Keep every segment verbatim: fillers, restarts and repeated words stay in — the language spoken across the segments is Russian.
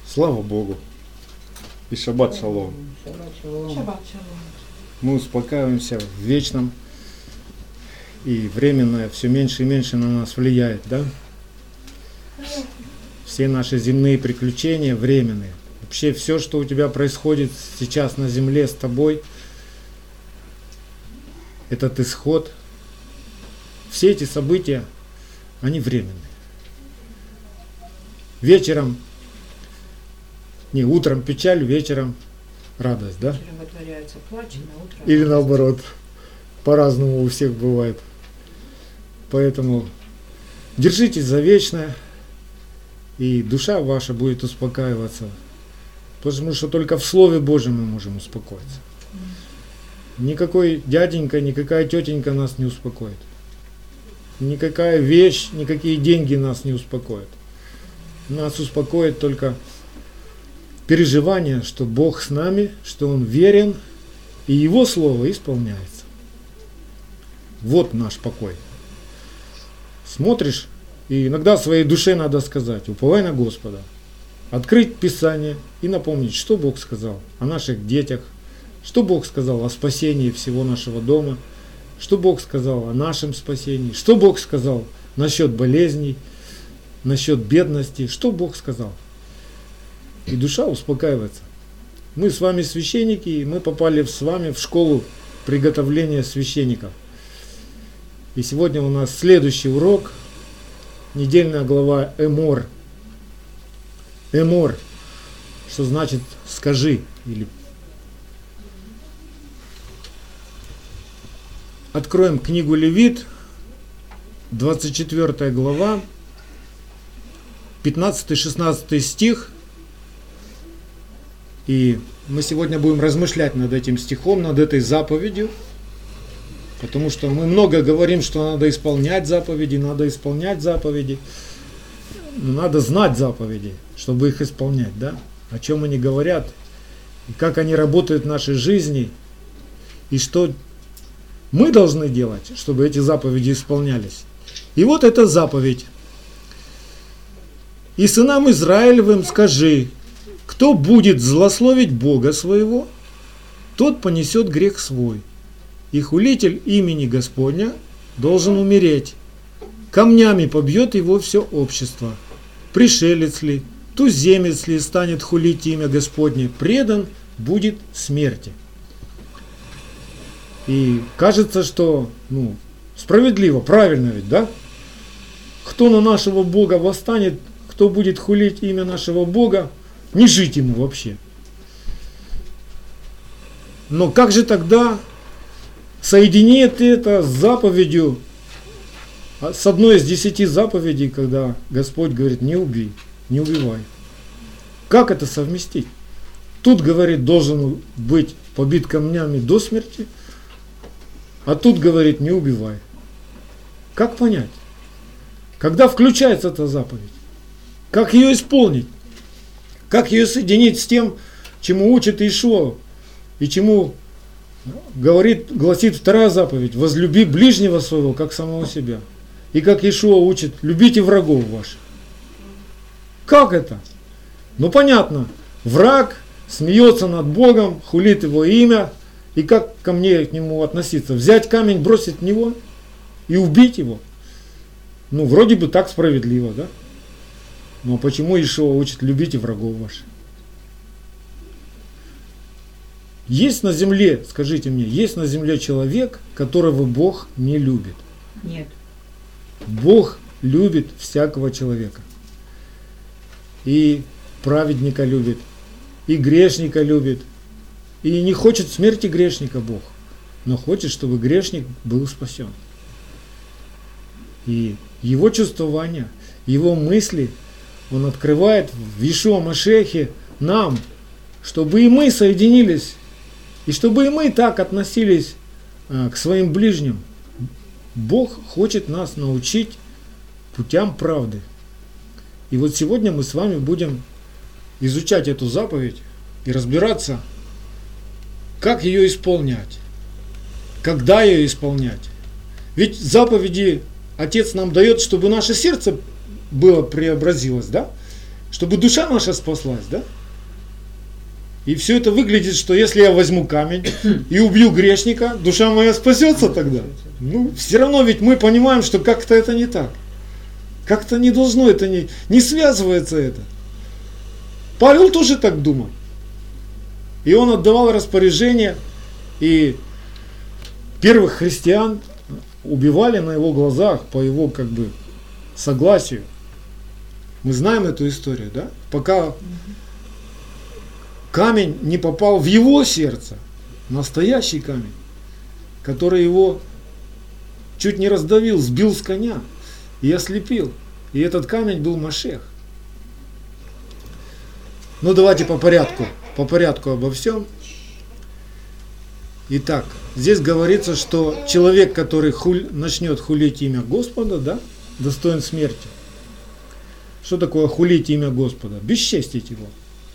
Слава Богу. И шаббат шалом. Шаббат шалом. Шаббат шалом. Мы успокаиваемся в вечном, и временное все меньше и меньше на нас влияет, да? Все наши земные приключения временные. Вообще все, что у тебя происходит сейчас на земле с тобой, этот исход, все эти события, они временные. Вечером, не, утром печаль, вечером радость, да? Вечером вытворяется плач, на утро. Или наоборот, по-разному у всех бывает. Поэтому держитесь за вечное, и душа ваша будет успокаиваться. Потому что только в Слове Божьем мы можем успокоиться. Никакой дяденька, никакая тетенька нас не успокоит. Никакая вещь, никакие деньги нас не успокоят. Нас успокоит только переживание, что Бог с нами, что Он верен, и Его Слово исполняется. Вот наш покой. Смотришь, и иногда своей душе надо сказать: уповай на Господа. Открыть Писание и напомнить, что Бог сказал о наших детях, что Бог сказал о спасении всего нашего дома, что Бог сказал о нашем спасении, что Бог сказал насчет болезней, насчет бедности, что Бог сказал. И душа успокаивается. Мы с вами священники, и мы попали с вами в школу приготовления священников. И сегодня у нас следующий урок, недельная глава Эмор. Эмор, что значит скажи, или откроем книгу Левит, двадцать четвёртая глава, пятнадцатый-шестнадцатый стих. И мы сегодня будем размышлять над этим стихом, над этой заповедью. Потому что мы много говорим, что надо исполнять заповеди, надо исполнять заповеди. Но надо знать заповеди, чтобы их исполнять, да? О чем они говорят, и как они работают в нашей жизни, и что мы должны делать, чтобы эти заповеди исполнялись. И вот эта заповедь. «И сынам Израилевым скажи, кто будет злословить Бога своего, тот понесет грех свой. И хулитель имени Господня должен умереть. Камнями побьет его все общество. Пришелец ли, туземец ли станет хулить имя Господне, предан будет смерти». И кажется, что ну, справедливо, правильно ведь, да? Кто на нашего Бога восстанет, кто будет хулить имя нашего Бога, не жить ему вообще. Но как же тогда соединить это с заповедью, с одной из десяти заповедей, когда Господь говорит: не убей, не убивай? Как это совместить? Тут, говорит, должен быть побит камнями до смерти, а тут, говорит, не убивай. Как понять? Когда включается эта заповедь? Как ее исполнить? Как ее соединить с тем, чему учит Иешуа и чему говорит, гласит вторая заповедь: возлюби ближнего своего, как самого себя. И как Иешуа учит: любите врагов ваших. Как это? Ну понятно, враг смеется над Богом, хулит его имя, и как ко мне к нему относиться? Взять камень, бросить в него и убить его? Ну вроде бы так справедливо, да? Но почему Иешуа учит: любите врагов ваших? Есть на земле, скажите мне, есть на земле человек, которого Бог не любит? Нет. Бог любит всякого человека. И праведника любит, и грешника любит. И не хочет смерти грешника Бог, но хочет, чтобы грешник был спасен. И его чувствования, его мысли Он открывает в Иешуа Машиахе нам, чтобы и мы соединились, и чтобы и мы так относились а, к своим ближним. Бог хочет нас научить путям правды. И вот сегодня мы с вами будем изучать эту заповедь и разбираться, как ее исполнять, когда ее исполнять. Ведь заповеди Отец нам дает, чтобы наше сердце было преобразилось, да? чтобы душа наша спаслась, да? И все это выглядит, что если я возьму камень и убью грешника, душа моя спасется тогда. Ну, все равно ведь мы понимаем, что как-то это не так. Как-то не должно, это не, не связывается это. Павел тоже так думал. И он отдавал распоряжение, и первых христиан убивали на его глазах по его как бы согласию. Мы знаем эту историю, да? Пока камень не попал в его сердце, настоящий камень, который его чуть не раздавил, сбил с коня и ослепил. И этот камень был Машех. Ну давайте по порядку, по порядку обо всем. Итак, здесь говорится, что человек, который хуль, начнет хулить имя Господа, да, достоин смерти. Что такое хулить имя Господа? Бесчестить его.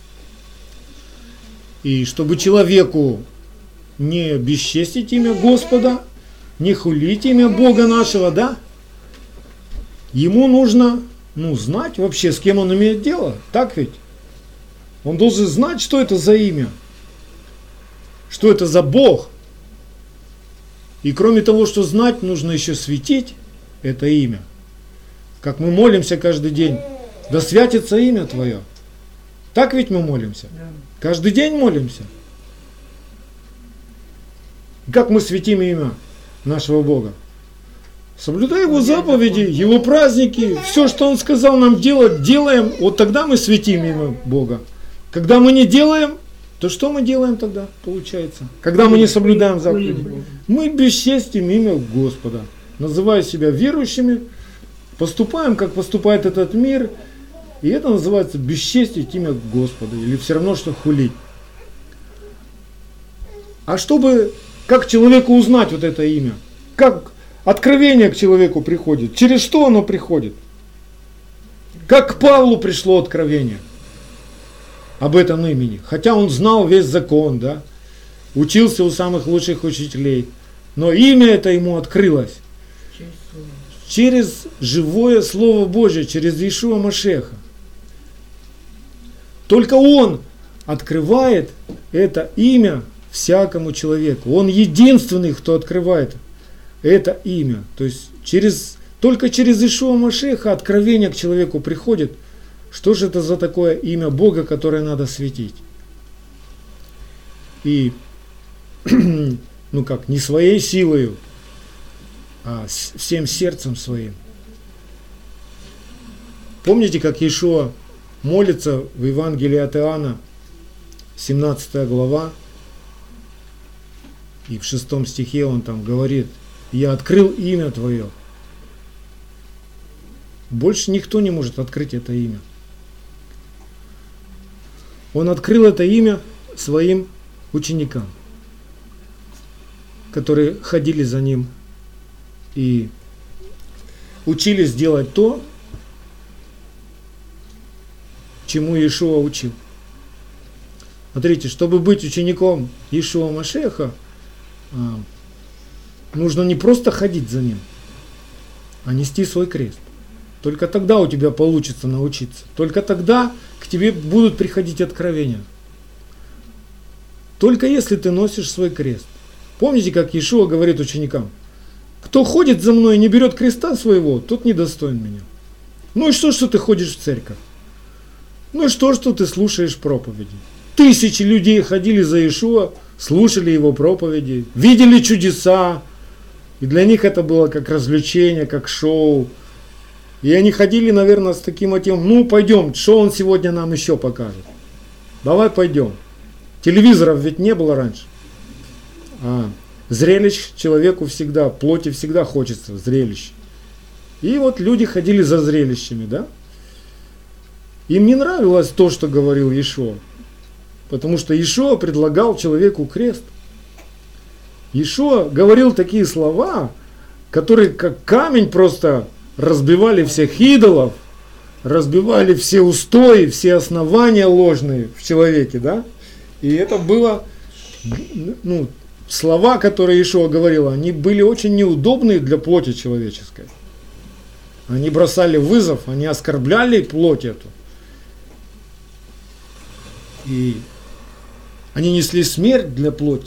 И чтобы человеку не бесчестить имя Господа, не хулить имя Бога нашего, да, ему нужно, ну, знать вообще, с кем он имеет дело. Так ведь? Он должен знать, что это за имя. Что это за Бог? И кроме того, что знать, нужно еще светить это имя. Как мы молимся каждый день. Да святится имя Твое. Так ведь мы молимся? Да. Каждый день молимся. Как мы светим имя нашего Бога? Соблюдая Его заповеди, Его праздники, все, что Он сказал нам делать, делаем. Вот тогда мы светим имя Бога. Когда мы не делаем, то что мы делаем тогда, получается? Когда мы не соблюдаем заповеди, мы бесчестим имя Господа, называя себя верующими, поступаем, как поступает этот мир, и это называется бесчестить имя Господа, или все равно, что хулить. А чтобы, как человеку узнать вот это имя? Как откровение к человеку приходит? Через что оно приходит? Как к Павлу пришло откровение об этом имени? Хотя он знал весь закон, да, учился у самых лучших учителей, но имя это ему открылось через живое Слово Божие, через Иешуа Машеха. Только Он открывает это имя всякому человеку. Он единственный, кто открывает это имя. То есть через, только через Иешуа Машеха откровение к человеку приходит, что же это за такое имя Бога, которое надо светить. И, ну как, не своей силою, а всем сердцем своим. Помните, как Иешуа молится в Евангелии от Иоанна, семнадцатая глава, и в шестом стихе он там говорит: «Я открыл имя Твое». Больше никто не может открыть это имя. Он открыл это имя своим ученикам, которые ходили за ним и учились делать то, чему Иешуа учил. Смотрите, чтобы быть учеником Иешуа Машеха, нужно не просто ходить за ним, а нести свой крест. Только тогда у тебя получится научиться. Только тогда к тебе будут приходить откровения. Только если ты носишь свой крест. Помните, как Иешуа говорит ученикам: кто ходит за мной и не берет креста своего, тот недостоин меня. Ну и что, что ты ходишь в церковь? Ну и что, что ты слушаешь проповеди? Тысячи людей ходили за Иешуа, слушали его проповеди, видели чудеса. И для них это было как развлечение, как шоу. И они ходили, наверное, с таким мотивом: ну пойдем, что он сегодня нам еще покажет? Давай пойдем. Телевизоров ведь не было раньше. А зрелищ человеку всегда, плоти всегда хочется зрелищ. И вот люди ходили за зрелищами, да? Им не нравилось то, что говорил Иешуа. Потому что Иешуа предлагал человеку крест. Иешуа говорил такие слова, которые как камень просто разбивали всех идолов, разбивали все устои, все основания ложные в человеке, да? И это было, ну, слова, которые Иешуа говорил, они были очень неудобные для плоти человеческой. Они бросали вызов, они оскорбляли плоть эту. И они несли смерть для плоти.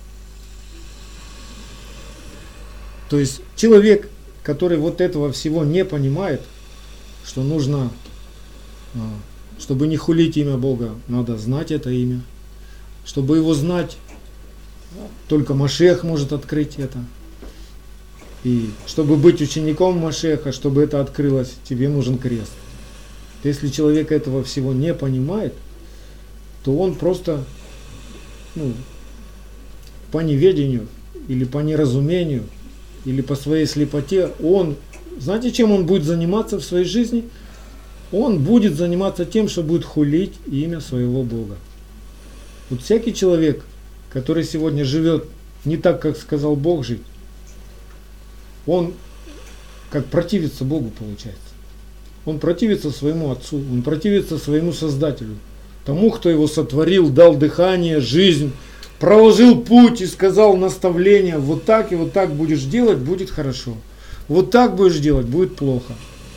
То есть человек, который вот этого всего не понимает, что нужно, чтобы не хулить имя Бога, надо знать это имя. Чтобы его знать, только Машиах может открыть это. И чтобы быть учеником Машиаха, чтобы это открылось, тебе нужен крест. Если человек этого всего не понимает, то он просто, ну, по неведению или по неразумению, или по своей слепоте, он, знаете, чем он будет заниматься в своей жизни? Он будет заниматься тем, что будет хулить имя своего Бога. Вот всякий человек, который сегодня живет не так, как сказал Бог жить, он как противится Богу получается. Он противится своему Отцу, он противится своему Создателю, тому, кто его сотворил, дал дыхание, жизнь, проложил путь и сказал наставление: вот так и вот так будешь делать, будет хорошо. Вот так будешь делать, будет плохо.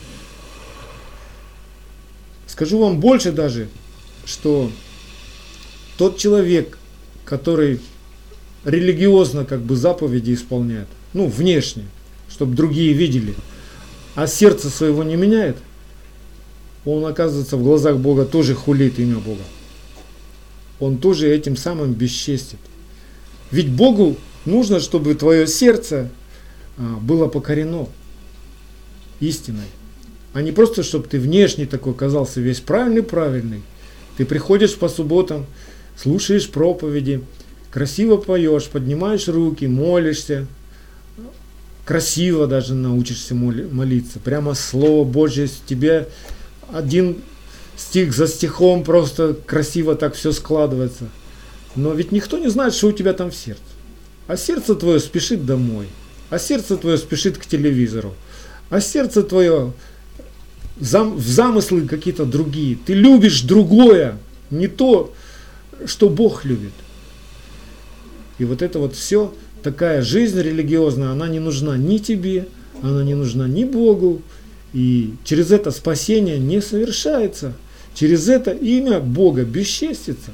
Скажу вам больше даже, что тот человек, который религиозно как бы заповеди исполняет, ну внешне, чтобы другие видели, а сердце своего не меняет, он, оказывается, в глазах Бога тоже хулит имя Бога. Он тоже этим самым бесчестит. Ведь Богу нужно, чтобы твое сердце было покорено истиной, а не просто, чтобы ты внешне такой казался весь правильный-правильный. Ты приходишь по субботам, слушаешь проповеди, красиво поешь, поднимаешь руки, молишься, красиво даже научишься молиться. Прямо Слово Божье с тебе один стих за стихом просто красиво так все складывается. Но ведь никто не знает, что у тебя там в сердце. А сердце твое спешит домой. А сердце твое спешит к телевизору. А сердце твое зам, в замыслы какие-то другие. Ты любишь другое, не то, что Бог любит. И вот это вот все, такая жизнь религиозная, она не нужна ни тебе, она не нужна ни Богу. И через это спасение не совершается. Через это имя Бога бесчестится.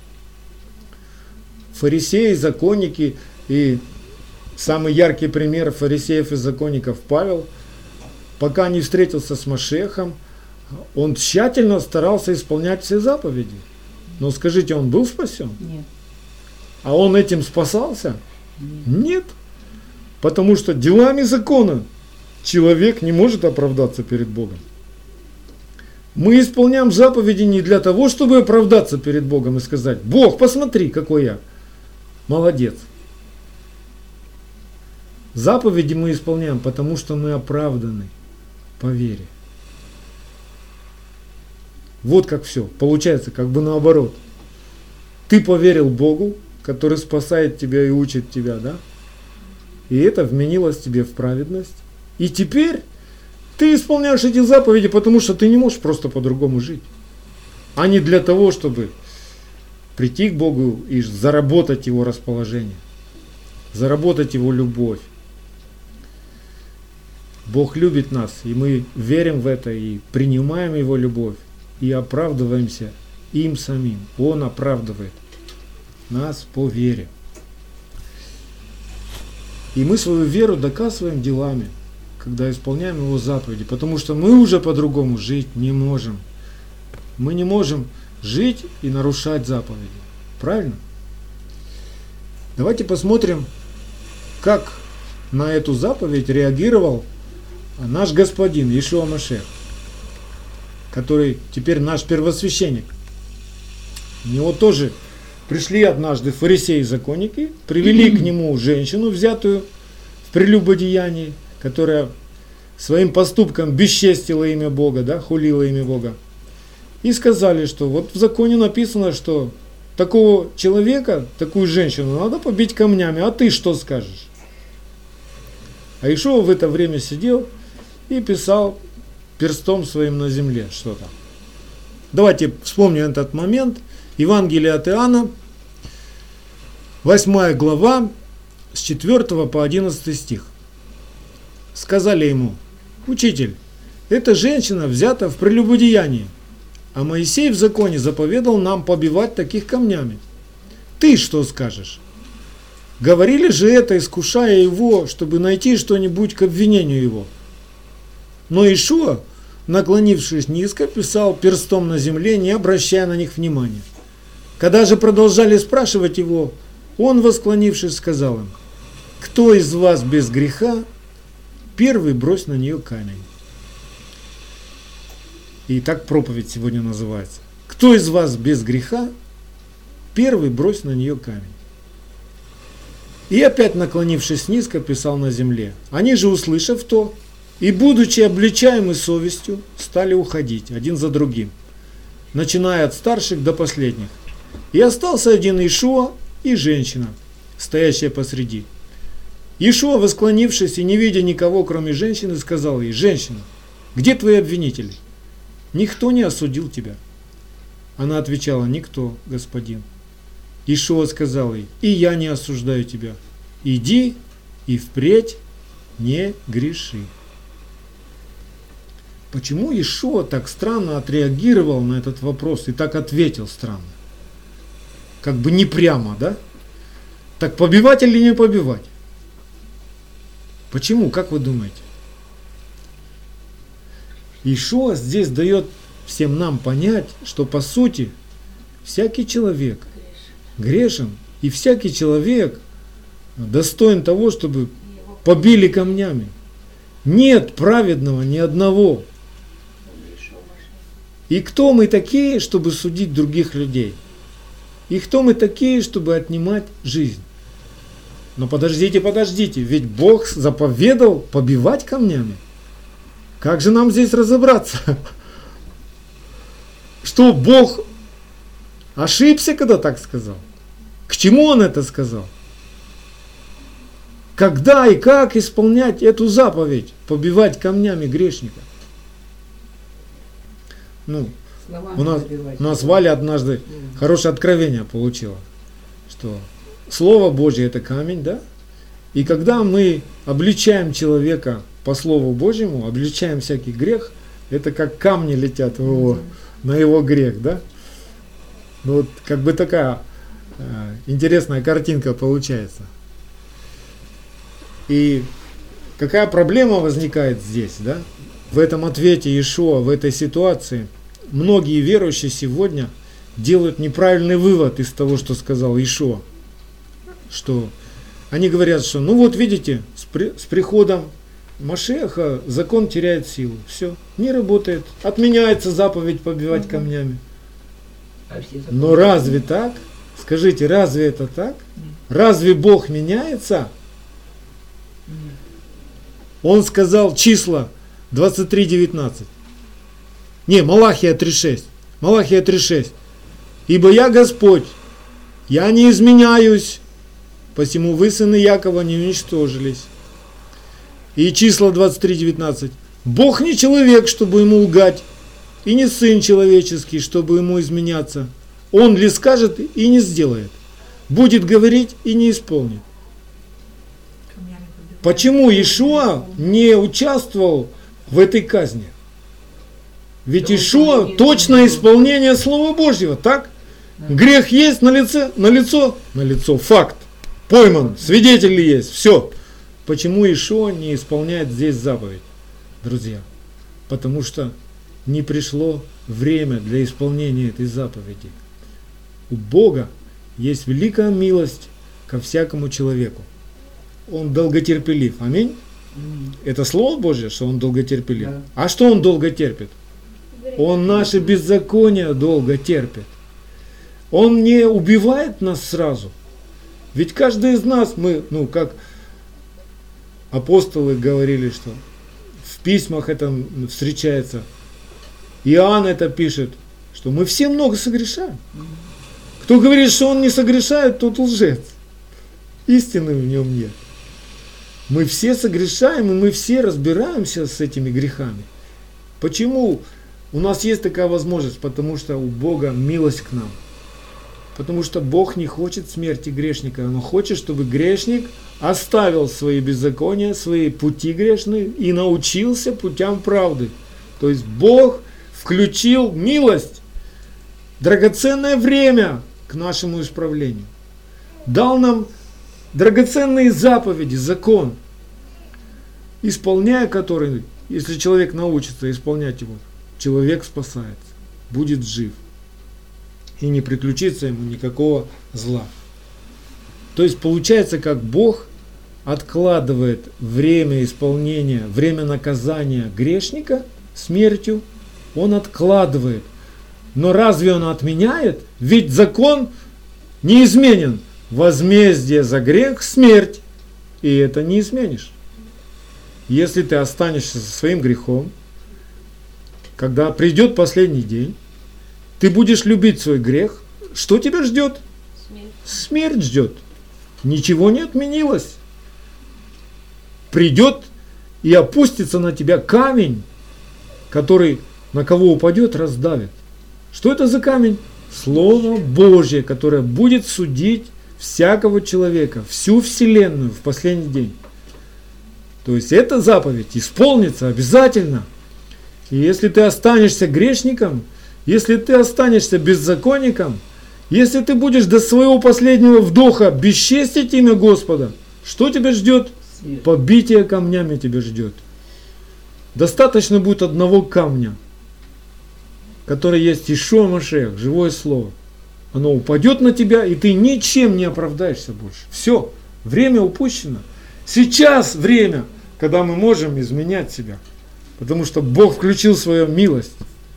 Фарисеи, законники и самый яркий пример фарисеев и законников Павел, пока не встретился с Машиахом, он тщательно старался исполнять все заповеди. Но скажите, он был спасен? Нет. А он этим спасался? Нет. Нет. Потому что делами закона человек не может оправдаться перед Богом. Мы исполняем заповеди не для того, чтобы оправдаться перед Богом и сказать: Бог, посмотри, какой я молодец. Заповеди мы исполняем, потому что мы оправданы по вере. Вот как все. Получается как бы наоборот. Ты поверил Богу, который спасает тебя и учит тебя, да? И это вменилось тебе в праведность. И теперь ты исполняешь эти заповеди, потому что ты не можешь просто по-другому жить. А не для того, чтобы прийти к Богу и заработать Его расположение. Заработать Его любовь. Бог любит нас, и мы верим в это, и принимаем Его любовь, и оправдываемся им самим. Он оправдывает нас по вере. И мы свою веру доказываем делами, когда исполняем Его заповеди, потому что мы уже по-другому жить не можем. Мы не можем жить и нарушать заповеди. Правильно? Давайте посмотрим, как на эту заповедь реагировал наш Господин Иешуа Машиах, который теперь наш первосвященник. У него тоже пришли однажды фарисеи-законники, привели к нему женщину, взятую в прелюбодеянии, которая своим поступком бесчестила имя Бога, да, хулила имя Бога. И сказали, что вот в законе написано, что такого человека, такую женщину надо побить камнями, а ты что скажешь? А Иешуа в это время сидел и писал перстом своим на земле что-то. Давайте вспомним этот момент. Евангелие от Иоанна, восьмая глава, с четвёртого по одиннадцатый стих. Сказали ему: «Учитель, эта женщина взята в прелюбодеянии. А Моисей в законе заповедал нам побивать таких камнями. Ты что скажешь? Говорили же это, искушая его, чтобы найти что-нибудь к обвинению его. Но Иешуа, наклонившись низко, писал перстом на земле, не обращая на них внимания. Когда же продолжали спрашивать его, он, восклонившись, сказал им: «Кто из вас без греха, первый брось на нее камень». И так проповедь сегодня называется. Кто из вас без греха, первый брось на нее камень. И опять, наклонившись низко, писал на земле. Они же, услышав то, и будучи обличаемы совестью, стали уходить один за другим, начиная от старших до последних. И остался один Иешуа и женщина, стоящая посреди. Иешуа, восклонившись и не видя никого, кроме женщины, сказал ей: «Женщина, где твои обвинители? Никто не осудил тебя». Она отвечала: «Никто, господин». Иешуа сказал ей: «И я не осуждаю тебя. Иди и впредь не греши». Почему Иешуа так странно отреагировал на этот вопрос и так ответил странно? Как бы не прямо, да? Так побивать или не побивать? Почему? Как вы думаете? Иешуа здесь дает всем нам понять, что по сути всякий человек грешен, и всякий человек достоин того, чтобы побили камнями. Нет праведного ни одного. И кто мы такие, чтобы судить других людей? И кто мы такие, чтобы отнимать жизнь? Но подождите, подождите, ведь Бог заповедал побивать камнями. Как же нам здесь разобраться? Что, Бог ошибся, когда так сказал? К чему Он это сказал? Когда и как исполнять эту заповедь, побивать камнями грешника? Ну, у нас, у нас Валя однажды mm. хорошее откровение получила, что Слово Божье это камень, да? И когда мы обличаем человека по Слову Божьему, обличаем всякий грех, это как камни летят в его, mm. на его грех, да? Ну вот как бы такая э, интересная картинка получается. И какая проблема возникает здесь, да? В этом ответе Иешуа, в этой ситуации, многие верующие сегодня делают неправильный вывод из того, что сказал Иешуа. Что они говорят, что ну вот видите, с, при, с приходом Машеха закон теряет силу. Все, не работает. Отменяется заповедь побивать угу. камнями. Но разве так? Скажите, разве это так? Разве Бог меняется? Он сказал числа двадцать три девятнадцать. Не, Малахия три шесть. Малахия три шесть. «Ибо я Господь, я не изменяюсь, посему вы, сыны Якова, не уничтожились». И числа двадцать три девятнадцать. «Бог не человек, чтобы ему лгать, и не сын человеческий, чтобы ему изменяться. Он ли скажет и не сделает, будет говорить и не исполнит». Почему Иешуа не участвовал в этой казни? Ведь Иешуа точное исполнение Слова Божьего, так? Грех есть на лице, на лицо, на лицо, факт. Пойман, свидетели есть, все. Почему Иешуа не исполняет здесь заповедь, друзья? Потому что не пришло время для исполнения этой заповеди. У Бога есть великая милость ко всякому человеку. Он долготерпелив. Аминь. Mm. Это Слово Божье, что Он долготерпелив. Yeah. А что Он долго терпит? Он наши беззакония долго терпит. Он не убивает нас сразу. Ведь каждый из нас, мы, ну как апостолы говорили, что в письмах это встречается. Иоанн это пишет, что мы все много согрешаем. Mm. Кто говорит, что он не согрешает, тот лжец. Истины в нем нет. Мы все согрешаем, и мы все разбираемся с этими грехами. Почему у нас есть такая возможность? Потому что у Бога милость к нам. Потому что Бог не хочет смерти грешника. Он хочет, чтобы грешник оставил свои беззакония, свои пути грешные и научился путям правды. То есть Бог включил милость драгоценное время к нашему исправлению. Дал нам драгоценные заповеди, закон, исполняя который, если человек научится исполнять его, человек спасается, будет жив. И не приключится ему никакого зла. То есть получается, как Бог откладывает время исполнения, время наказания грешника смертью, Он откладывает. Но разве Он отменяет? Ведь закон неизменен. Возмездие за грех – смерть. И это не изменишь. Если ты останешься со своим грехом, когда придет последний день, ты будешь любить свой грех, что тебя ждет? Смерть. Смерть ждет. Ничего не отменилось. Придет и опустится на тебя камень, который на кого упадет, раздавит. Что это за камень? Слово Божье, которое будет судить всякого человека, всю вселенную в последний день. То есть эта заповедь исполнится обязательно. И если ты останешься грешником, если ты останешься беззаконником, если ты будешь до своего последнего вдоха бесчестить имя Господа, что тебя ждет? Побитие камнями тебя ждет. Достаточно будет одного камня, который есть Иешуа Машиах, живое слово. Оно упадет на тебя, и ты ничем не оправдаешься больше. Все, время упущено. Сейчас время, когда мы можем изменять себя. Потому что Бог включил свою милость.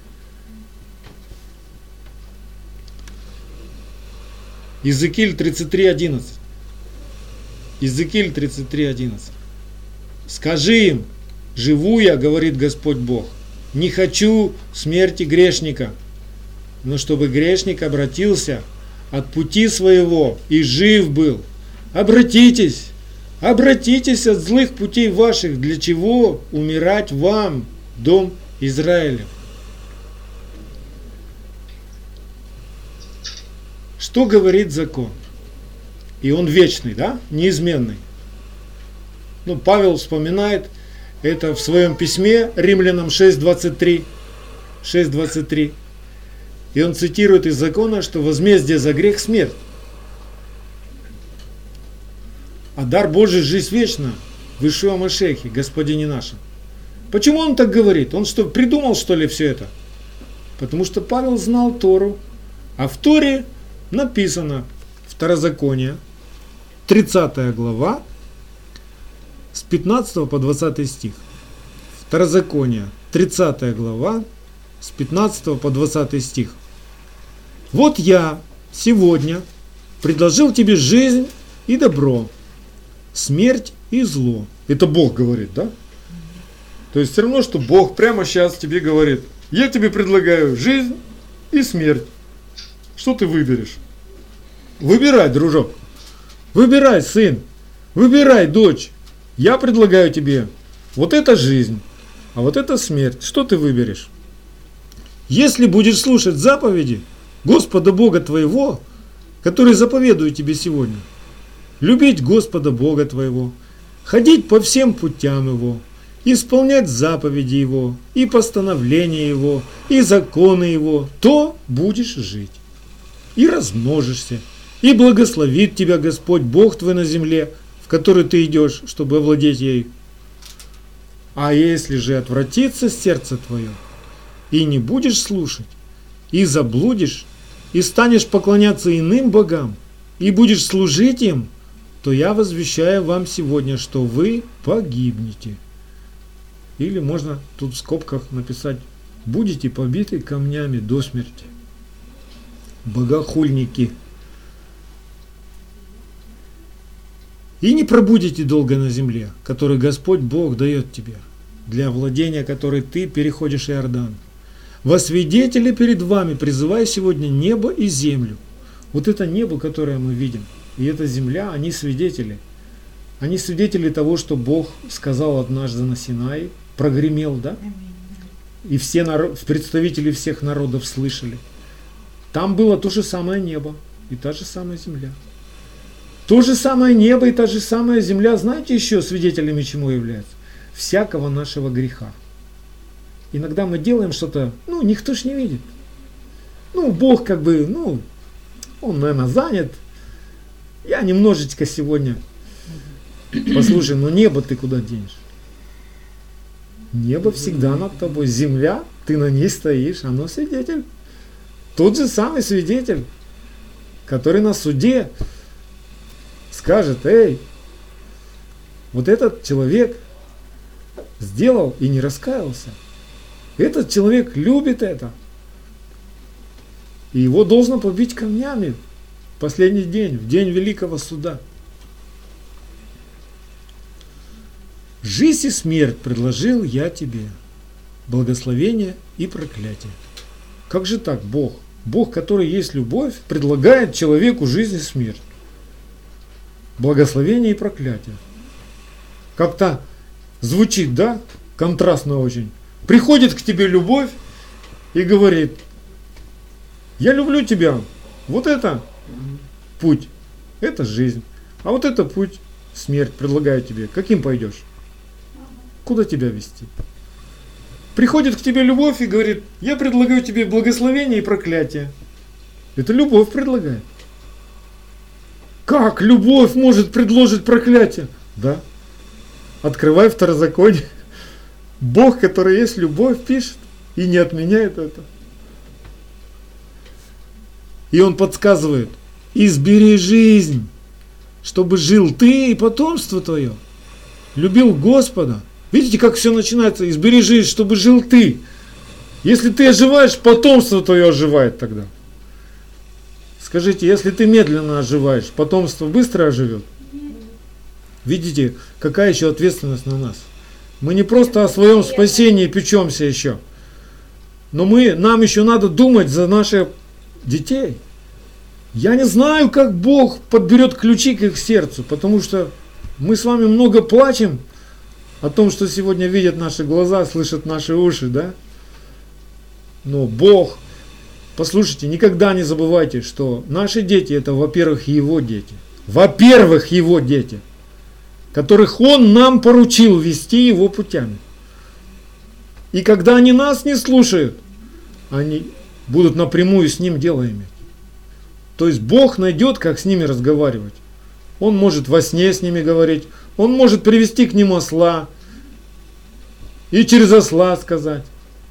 Иезекииль тридцать три одиннадцать. Иезекииль тридцать три одиннадцать. Скажи им, живу я, говорит Господь Бог, не хочу смерти грешника, но чтобы грешник обратился от пути своего и жив был. Обратитесь, обратитесь от злых путей ваших, для чего умирать вам, дом Израилев. Что говорит закон? И он вечный, да? Неизменный. Ну, Павел вспоминает это в своем письме Римлянам шесть двадцать три. шесть двадцать три. И он цитирует из закона, что возмездие за грех – смерть. А дар Божий – жизнь вечна в Иешуа Машиахе, Господине нашем. Почему он так говорит? Он что, придумал, что ли, все это? Потому что Павел знал Тору. А в Торе написано, Второзаконие, тридцатая глава, с пятнадцатого по двадцатый стих. Второзаконие, тридцатая глава, с пятнадцатого по двадцатый стих. Вот я сегодня предложил тебе жизнь и добро, смерть и зло. Это Бог говорит, да? То есть все равно, что Бог прямо сейчас тебе говорит, я тебе предлагаю жизнь и смерть. Что ты выберешь? Выбирай, дружок. Выбирай, сын. Выбирай, дочь. Я предлагаю тебе вот это жизнь, а вот это смерть. Что ты выберешь? Если будешь слушать заповеди Господа Бога твоего, которые заповедую тебе сегодня, любить Господа Бога твоего, ходить по всем путям Его, исполнять заповеди Его, и постановления Его, и законы Его, то будешь жить. И размножишься, и благословит тебя Господь Бог твой на земле, в которую ты идешь, чтобы овладеть ею. А если же отвратится сердце твое, и не будешь слушать, и заблудишь, и станешь поклоняться иным богам, и будешь служить им, то я возвещаю вам сегодня, что вы погибнете. Или можно тут в скобках написать, будете побиты камнями до смерти. Богохульники. И не пробудете долго на земле, который Господь Бог дает тебе, для владения которой ты переходишь Иордан. Во свидетели перед вами призываю сегодня небо и землю. Вот это небо, которое мы видим, и эта земля, они свидетели. Они свидетели того, что Бог сказал однажды на Синае, прогремел, да? И все народ, представители всех народов слышали. Там было то же самое небо и та же самая земля. То же самое небо и та же самая земля, знаете еще свидетелями чему являются? Всякого нашего греха. Иногда мы делаем что-то, ну, никто ж не видит. Ну, Бог как бы, ну, он, наверное, занят. Я немножечко сегодня. Послушай, ну небо ты куда денешь? Небо всегда над тобой. Земля, ты на ней стоишь, оно свидетель. Тот же самый свидетель, который на суде скажет: эй, вот этот человек сделал и не раскаялся. Этот человек любит это. И его должно побить камнями в последний день, в день великого суда. Жизнь и смерть предложил я тебе, благословение и проклятие. Как же так, Бог? Бог, который есть любовь, предлагает человеку жизнь и смерть. Благословение и проклятие. Как-то звучит, да? Контрастно очень. Приходит к тебе любовь и говорит: я люблю тебя. Вот это путь, это жизнь. А вот это путь, смерть, предлагаю тебе. Каким пойдешь? Куда тебя вести? Приходит к тебе любовь и говорит: я предлагаю тебе благословение и проклятие. Это любовь предлагает. Как любовь может предложить проклятие? Да. Открывай Второзаконие. Бог, который есть любовь, пишет и не отменяет это. И он подсказывает: избери жизнь, чтобы жил ты и потомство твое. Любил Господа. Видите, как все начинается? Избери жизнь, чтобы жил ты. Если ты оживаешь, потомство твое оживает тогда. Скажите, если ты медленно оживаешь, потомство быстро оживет? Видите, какая еще ответственность на нас? Мы не просто о своем спасении печемся еще, но мы, нам еще надо думать за наших детей. Я не знаю, как Бог подберет ключи к их сердцу, потому что мы с вами много плачем о том, что сегодня видят наши глаза, слышат наши уши, да? Но Бог, послушайте, никогда не забывайте, что наши дети — это, во-первых, Его дети. Во-первых, Его дети, которых Он нам поручил вести Его путями. И когда они нас не слушают, они будут напрямую с Ним дело иметь. То есть Бог найдет, как с ними разговаривать. Он может во сне с ними говорить, Он может привести к ним осла и через осла сказать.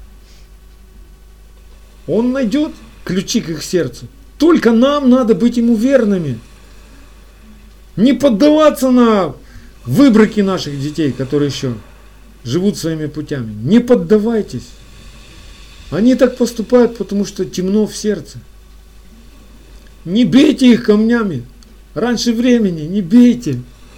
Он найдет ключи к их сердцу. Только нам надо быть Ему верными. Не поддаваться на выброки наших детей, которые еще живут своими путями. Не поддавайтесь. Они так поступают, потому что темно в сердце. Не бейте их камнями. Раньше времени не бейте.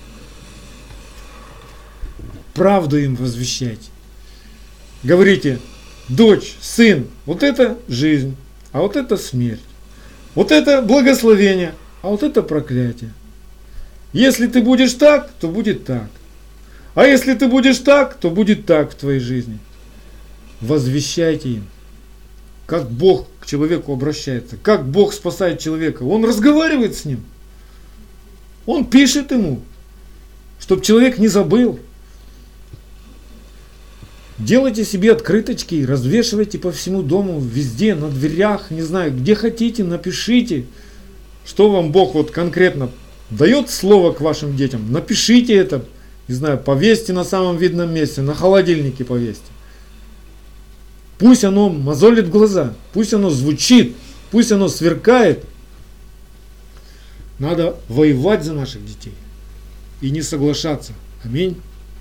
Правду им возвещайте. Говорите: дочь, сын, вот это жизнь, а вот это смерть. Вот это благословение, а вот это проклятие. Если ты будешь так, то будет так. А если ты будешь так, то будет так в твоей жизни. Возвещайте им, как Бог к человеку обращается, как Бог спасает человека. Он разговаривает с ним. Он пишет ему, чтобы человек не забыл. Делайте себе открыточки, развешивайте по всему дому, везде, на дверях, не знаю, где хотите, напишите, что вам Бог вот конкретно дает слово к вашим детям. Напишите это, не знаю, повесьте на самом видном месте, на холодильнике повесьте. Пусть оно мозолит глаза, пусть оно звучит, пусть оно сверкает. Надо воевать за наших детей и не соглашаться. Аминь.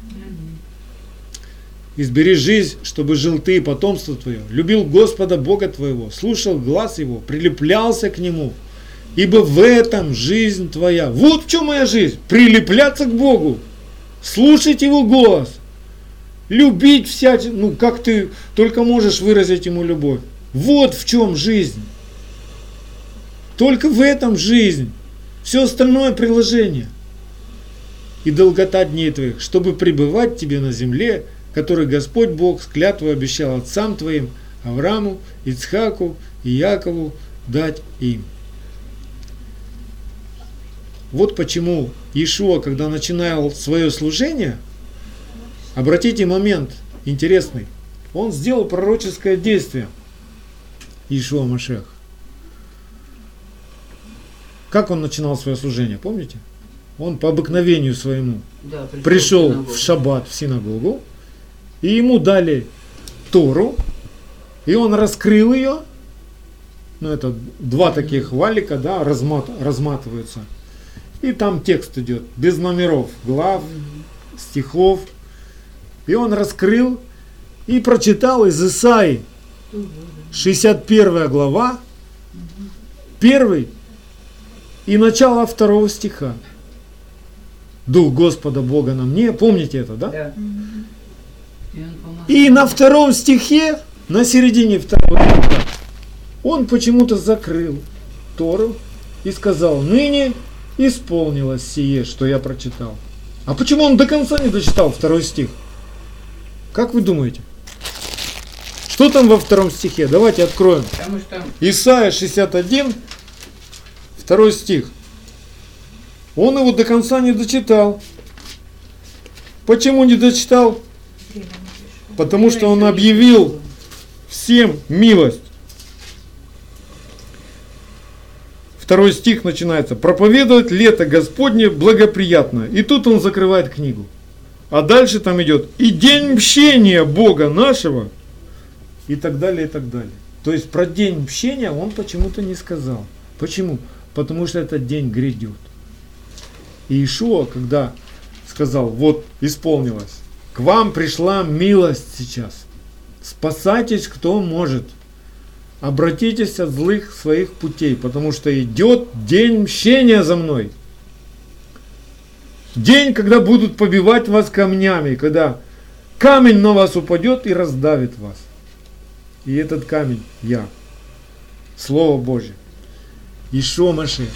Избери жизнь, чтобы жил ты и потомство твое. Любил Господа Бога твоего, слушал глас Его, прилеплялся к Нему. Ибо в этом жизнь твоя. Вот в чем моя жизнь. Прилепляться к Богу. Слушать Его голос. Любить всячески. Ну, как ты только можешь выразить Ему любовь. Вот в чем жизнь. Только в этом жизнь. Все остальное приложение. И долгота дней твоих, чтобы пребывать тебе на земле, который Господь Бог с клятвой обещал отцам твоим, Аврааму, Ицхаку и Якову, дать им. Вот почему Иешуа, когда начинал свое служение, обратите момент интересный, он сделал пророческое действие, Иешуа Машиах. как он начинал свое служение, помните? Он по обыкновению своему Да, пришел в синагогу. в шаббат в синагогу, и ему дали Тору, и он раскрыл ее. Ну, это два таких валика, да, размат, разматываются. И там текст идет, без номеров, глав, стихов. И он раскрыл и прочитал из Исаии, шестьдесят первая глава, первый и начало второго стиха. Дух Господа Бога на мне. Помните это, да? Да. И он помазал. И на втором стихе, на середине второго стиха, он почему-то закрыл Тору и сказал: ныне исполнилось сие, что я прочитал. А почему он до конца не дочитал второй стих? Как вы думаете? Что там во втором стихе? Давайте откроем. Потому что Исайя шестьдесят один, второй стих. Он его до конца не дочитал. Почему не дочитал? время не пришло. Потому что он Время еще не объявил пришло. всем милость. Второй стих начинается: проповедовать лето Господне благоприятно. И тут он закрывает книгу. А дальше там идет: и день мщения Бога нашего. И так далее, и так далее. То есть про день мщения он почему-то не сказал. Почему? Потому что этот день грядет. И Иешуа, когда сказал: вот исполнилось, к вам пришла милость сейчас. Спасайтесь, кто может. Обратитесь от злых своих путей, потому что идет день мщения за мной. День, когда будут побивать вас камнями, когда камень на вас упадет и раздавит вас. И этот камень я. Слово Божье. Иешуа Машиах.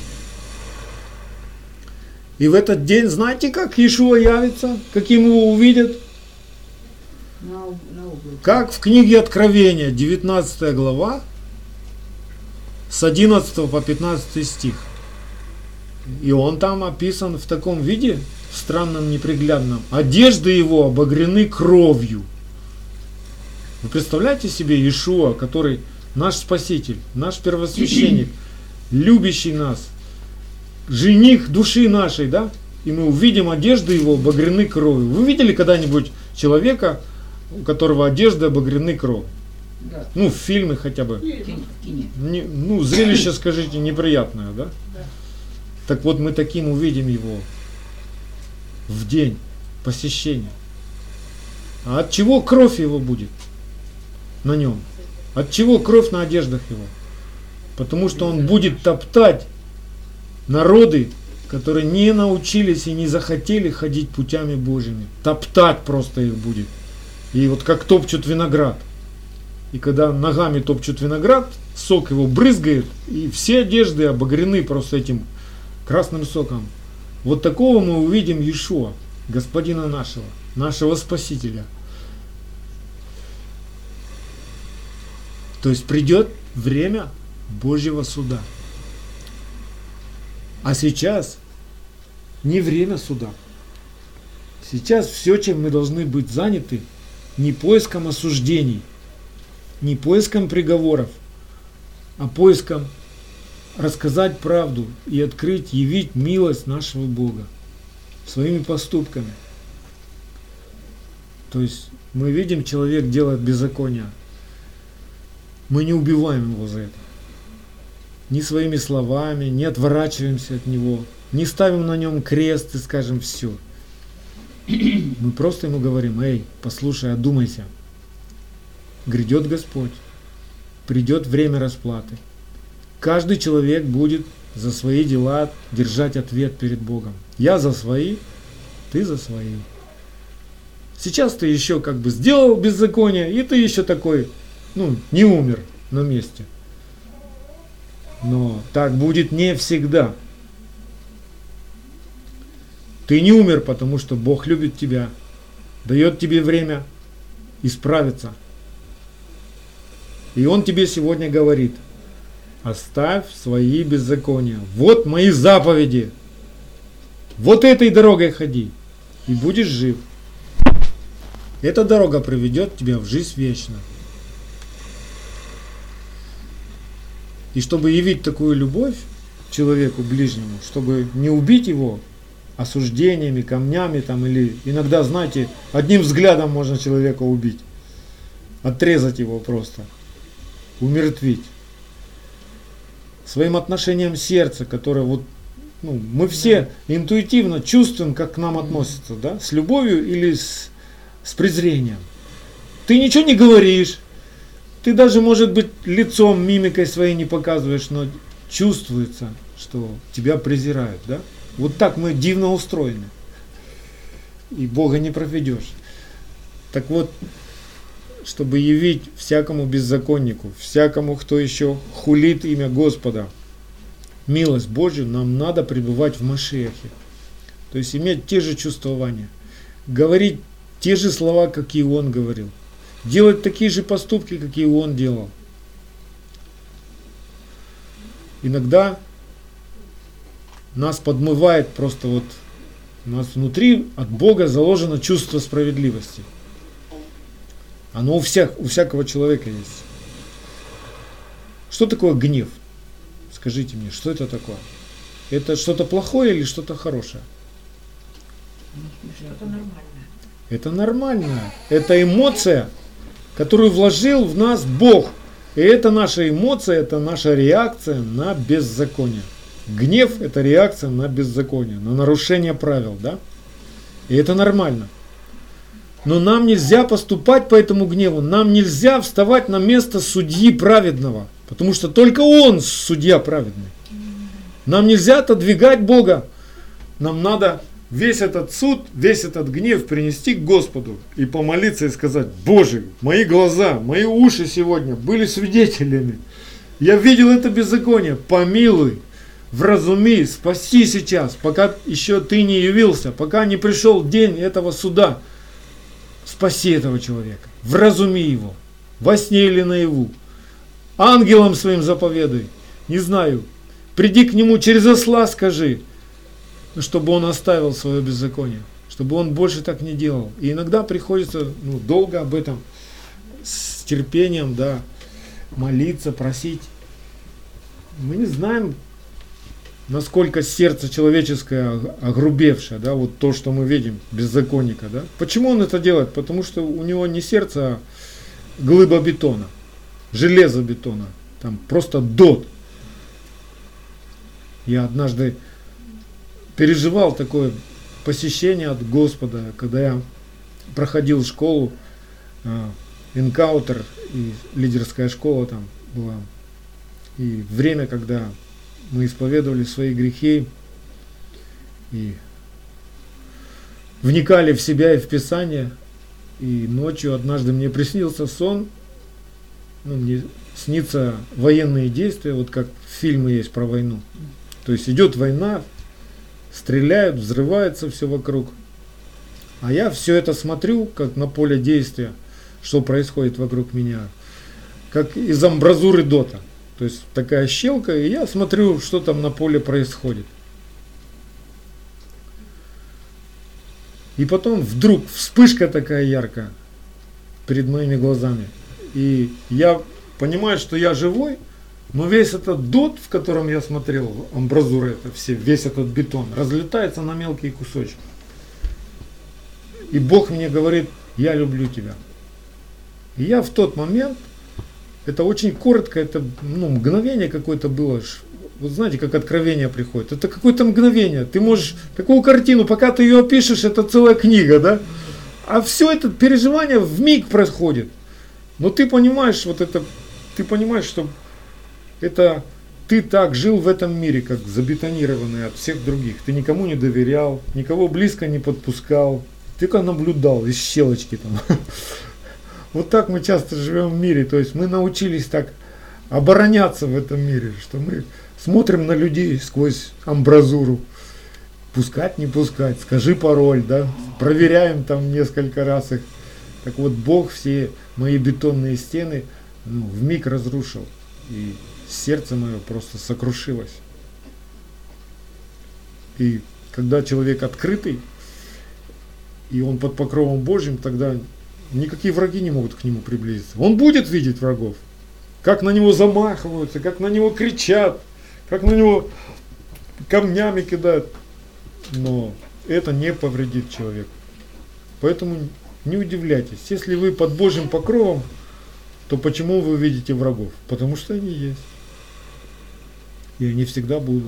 И в этот день, знаете, как Иешуа явится? Каким его увидят? На, об- на облаке. Как в книге Откровения, девятнадцатая глава, с одиннадцатого по пятнадцатый стих. И он там описан в таком виде, в странном, неприглядном. Одежды его обогрены кровью. Вы представляете себе Иешуа, который наш Спаситель, наш первосвященник, любящий нас, жених души нашей, да? И мы увидим одежды его обогрены кровью. Вы видели когда-нибудь человека, у которого одежды обогрены кровью? Да. Ну, в фильме хотя бы. В кино- в кине. Не- ну, зрелище, скажите, неприятное, да? Да. Так вот, мы таким увидим его в день посещения. А от чего кровь его будет на нем? От чего кровь на одеждах его? Потому что он будет топтать народы, которые не научились и не захотели ходить путями Божьими. Топтать просто их будет. И вот как топчут виноград. И когда ногами топчут виноград, сок его брызгает, и все одежды обогрены просто этим красным соком. Вот такого мы увидим Иешуа, Господина нашего, нашего Спасителя. То есть придет время Божьего суда. А сейчас не время суда. Сейчас все, чем мы должны быть заняты, не поиском осуждений, не поиском приговоров, а поиском рассказать правду и открыть, явить милость нашего Бога своими поступками. То есть мы видим, человек делает беззаконие. Мы не убиваем его за это. Ни своими словами, не отворачиваемся от него, не ставим на нем крест и скажем все. Мы просто ему говорим: эй, послушай, одумайся. Грядет Господь. Придет время расплаты. Каждый человек будет за свои дела держать ответ перед Богом. Я за свои, ты за свои. Сейчас ты еще как бы сделал беззаконие, и ты еще такой, ну, не умер на месте. Но так будет не всегда. Ты не умер, потому что Бог любит тебя, дает тебе время исправиться. И Он тебе сегодня говорит: оставь свои беззакония. Вот мои заповеди. Вот этой дорогой ходи, и будешь жив. Эта дорога приведет тебя в жизнь вечную. И чтобы явить такую любовь, человеку ближнему, чтобы не убить его осуждениями, камнями там, или иногда, знаете, одним взглядом можно человека убить, отрезать его просто, умертвить. Своим отношением сердца, которое вот, ну, мы все интуитивно чувствуем, как к нам относятся, да, с любовью или с, с презрением. Ты ничего не говоришь, ты даже, может быть, лицом, мимикой своей не показываешь, но чувствуется, что тебя презирают, да? Вот так мы дивно устроены. И Бога не проведешь. Так вот, чтобы явить всякому беззаконнику, всякому, кто еще хулит имя Господа, милость Божью, нам надо пребывать в Машиахе. То есть иметь те же чувствования, говорить те же слова, какие Он говорил, делать такие же поступки, какие Он делал. Иногда нас подмывает просто вот, у нас внутри от Бога заложено чувство справедливости. Оно у всех, у всякого человека есть. Что такое гнев? Скажите мне, что это такое? Это что-то плохое или что-то хорошее? Что-то нормальное. Это нормально. Это эмоция, которую вложил в нас Бог. И это наша эмоция, это наша реакция на беззаконие. Гнев – это реакция на беззаконие, на нарушение правил, да? И это нормально. Но нам нельзя поступать по этому гневу, нам нельзя вставать на место судьи праведного, потому что только Он судья праведный. Нам нельзя отодвигать Бога, нам надо весь этот суд, весь этот гнев принести к Господу и помолиться и сказать: Боже, мои глаза, мои уши сегодня были свидетелями, я видел это беззаконие, помилуй, вразуми, спаси сейчас, пока еще Ты не явился, пока не пришел день этого суда. Спаси этого человека, вразуми его, во сне или наяву, ангелам своим заповедуй, не знаю, приди к нему через осла, скажи, чтобы он оставил свое беззаконие, чтобы он больше так не делал. И иногда приходится, ну, долго об этом с терпением, да, молиться, просить. Мы не знаем, насколько сердце человеческое огрубевшее, да, вот то, что мы видим, беззаконника, да. Почему он это делает? Потому что у него не сердце, а глыба бетона, железо бетона, там просто дот. Я однажды переживал такое посещение от Господа, когда я проходил школу, энкаутер, и лидерская школа там была, и время, когда мы исповедовали свои грехи и вникали в себя и в Писание. И ночью однажды мне приснился сон, ну, мне снится военные действия, вот как фильмы есть про войну. То есть идет война, стреляют, взрывается все вокруг. А я все это смотрю, как на поле действия, что происходит вокруг меня, как из амбразуры дота. То есть такая щелка, и я смотрю, что там на поле происходит. И потом вдруг вспышка такая яркая перед моими глазами. И я понимаю, что я живой, но весь этот дот, в котором я смотрел, амбразура это все, весь этот бетон, разлетается на мелкие кусочки. И Бог мне говорит: я люблю тебя. И я в тот момент, это очень коротко, это, ну, мгновение какое-то было. Вот знаете, как откровение приходит. Это какое-то мгновение. Ты можешь такую картину, пока ты ее опишешь, это целая книга, да? А все это переживание вмиг происходит. Но ты понимаешь, вот это, ты понимаешь, что это ты так жил в этом мире, как забетонированный от всех других. Ты никому не доверял, никого близко не подпускал. Ты как наблюдал из щелочки там. Вот так мы часто живем в мире, то есть мы научились так обороняться в этом мире, что мы смотрим на людей сквозь амбразуру, пускать, не пускать, скажи пароль, да, проверяем там несколько раз их. Так вот, Бог все мои бетонные стены, ну, вмиг разрушил, и сердце мое просто сокрушилось. И когда человек открытый, и он под покровом Божьим, тогда никакие враги не могут к нему приблизиться. Он будет видеть врагов, как на него замахиваются, как на него кричат, как на него камнями кидают. Но это не повредит человеку. Поэтому не удивляйтесь. Если вы под Божьим покровом, то почему вы видите врагов? Потому что они есть. И они всегда будут.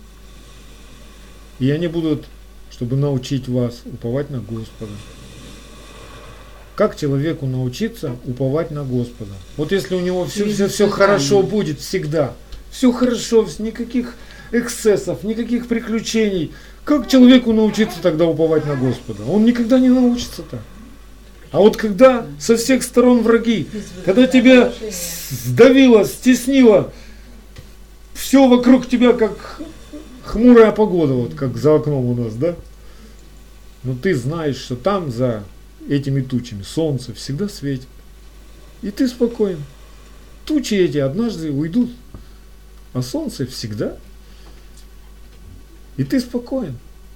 И они будут, чтобы научить вас уповать на Господа. Как человеку научиться уповать на Господа? Вот если у него все, все, все хорошо будет всегда, все хорошо, никаких эксцессов, никаких приключений, как человеку научиться тогда уповать на Господа? Он никогда не научится так. А вот когда со всех сторон враги, когда тебя сдавило, стеснило, все вокруг тебя как хмурая погода, вот как за окном у нас, да? Но ты знаешь, что там за этими тучами солнце всегда светит. И ты спокоен. Тучи эти однажды уйдут, а солнце всегда. И ты спокоен.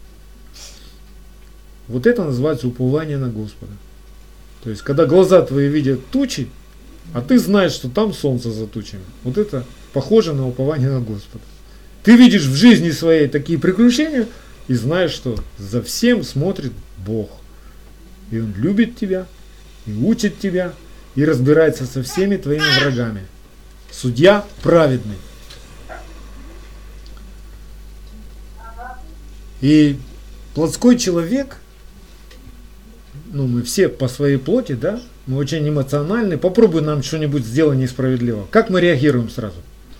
Вот это называется упование на Господа. То есть, когда глаза твои видят тучи, а ты знаешь, что там солнце за тучами. Вот это похоже на упование на Господа. Ты видишь в жизни своей такие приключения и знаешь, что за всем смотрит Бог. И Он любит тебя, и учит тебя, и разбирается со всеми твоими врагами. Судья праведный. И плотской человек, ну мы все по своей плоти, да, мы очень эмоциональны. Попробуй нам что-нибудь сделать несправедливо. Как мы реагируем сразу?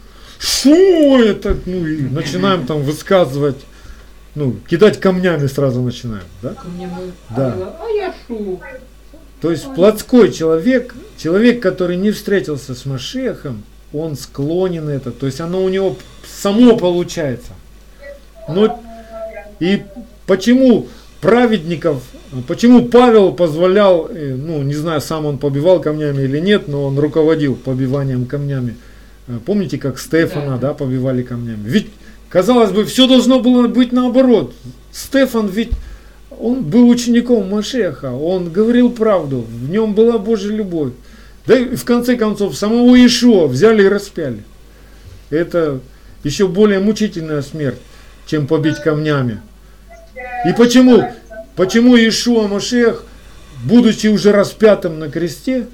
Что это? Ну и начинаем там высказывать, ну, кидать камнями сразу начинаем, да? Ко мне мой Да. говорила, а я шо? То есть плотской человек, человек, который не встретился с Машиахом, он склонен это, то есть оно у него само получается. Но и почему праведников, почему Павел позволял, ну не знаю, сам он побивал камнями или нет, но он руководил побиванием камнями. Помните, как Стефана, да, побивали камнями? Ведь, казалось бы, все должно было быть наоборот. Стефан ведь, он был учеником Машеха, он говорил правду, в нем была Божья любовь. Да и в конце концов, самого Иешуа взяли и распяли. Это еще более мучительная смерть, чем побить камнями. И почему? Почему Иешуа Машех, будучи уже распятым на кресте,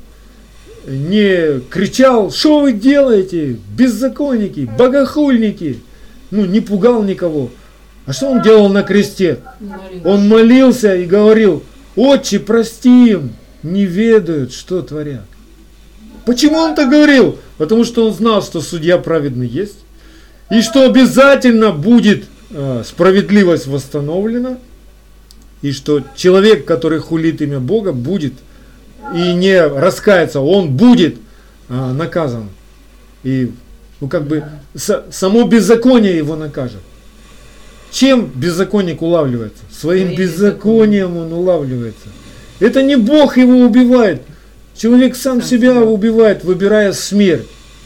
не кричал, что вы делаете, беззаконники, богохульники, ну не пугал никого. А что он делал на кресте? Молился. Он молился и говорил, Отче, прости им, не ведают, что творят. Почему он так говорил? Потому что он знал, что судья праведный есть, и что обязательно будет э, справедливость восстановлена, и что человек, который хулит имя Бога, будет и не раскается, он будет а, наказан. И ну, как бы с, само беззаконие его накажет. Чем беззаконник улавливается? Своим Своим беззаконием он улавливается. Это не Бог его убивает. Человек сам, Сам себя себя. убивает, выбирая смерть.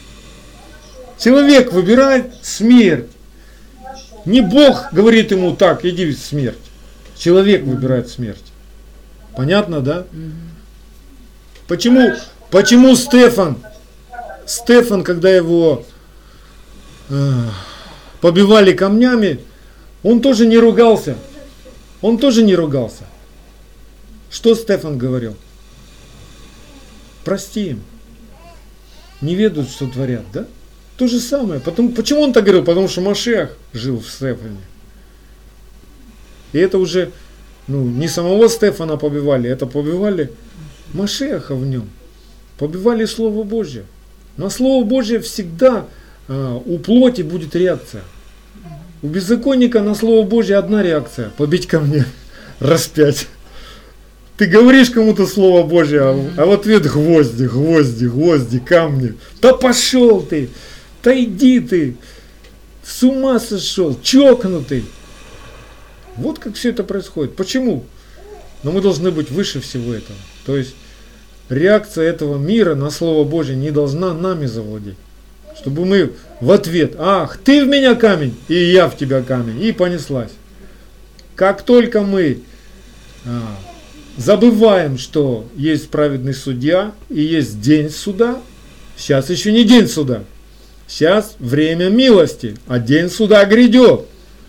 Человек выбирает смерть. Не Бог говорит ему так, иди в смерть. Человек выбирает смерть. Понятно, да? Мгм. Почему, почему Стефан, Стефан, когда его э, побивали камнями, он тоже не ругался. Он тоже не ругался. Что Стефан говорил? Прости им. Не ведают, что творят, да? То же самое. Потому, почему он так говорил? Потому что Машиах жил в Стефане. И это уже ну, не самого Стефана побивали, это побивали Машиаха в нем. Побивали Слово Божье. На Слово Божье всегда а, у плоти будет реакция. У беззаконника на Слово Божье одна реакция. Побить камни, распять. Ты говоришь кому-то Слово Божье, а, а в ответ гвозди, гвозди, гвозди, камни. Да пошел ты, да иди ты, с ума сошел, чокнутый. Вот как все это происходит. Почему? Но мы должны быть выше всего этого. То есть реакция этого мира на Слово Божье не должна нами завладеть. Чтобы мы в ответ, ах, ты в меня камень, и я в тебя камень, и понеслась. Как только мы а, забываем, что есть праведный судья и есть день суда, сейчас еще не день суда, сейчас время милости, а день суда грядет.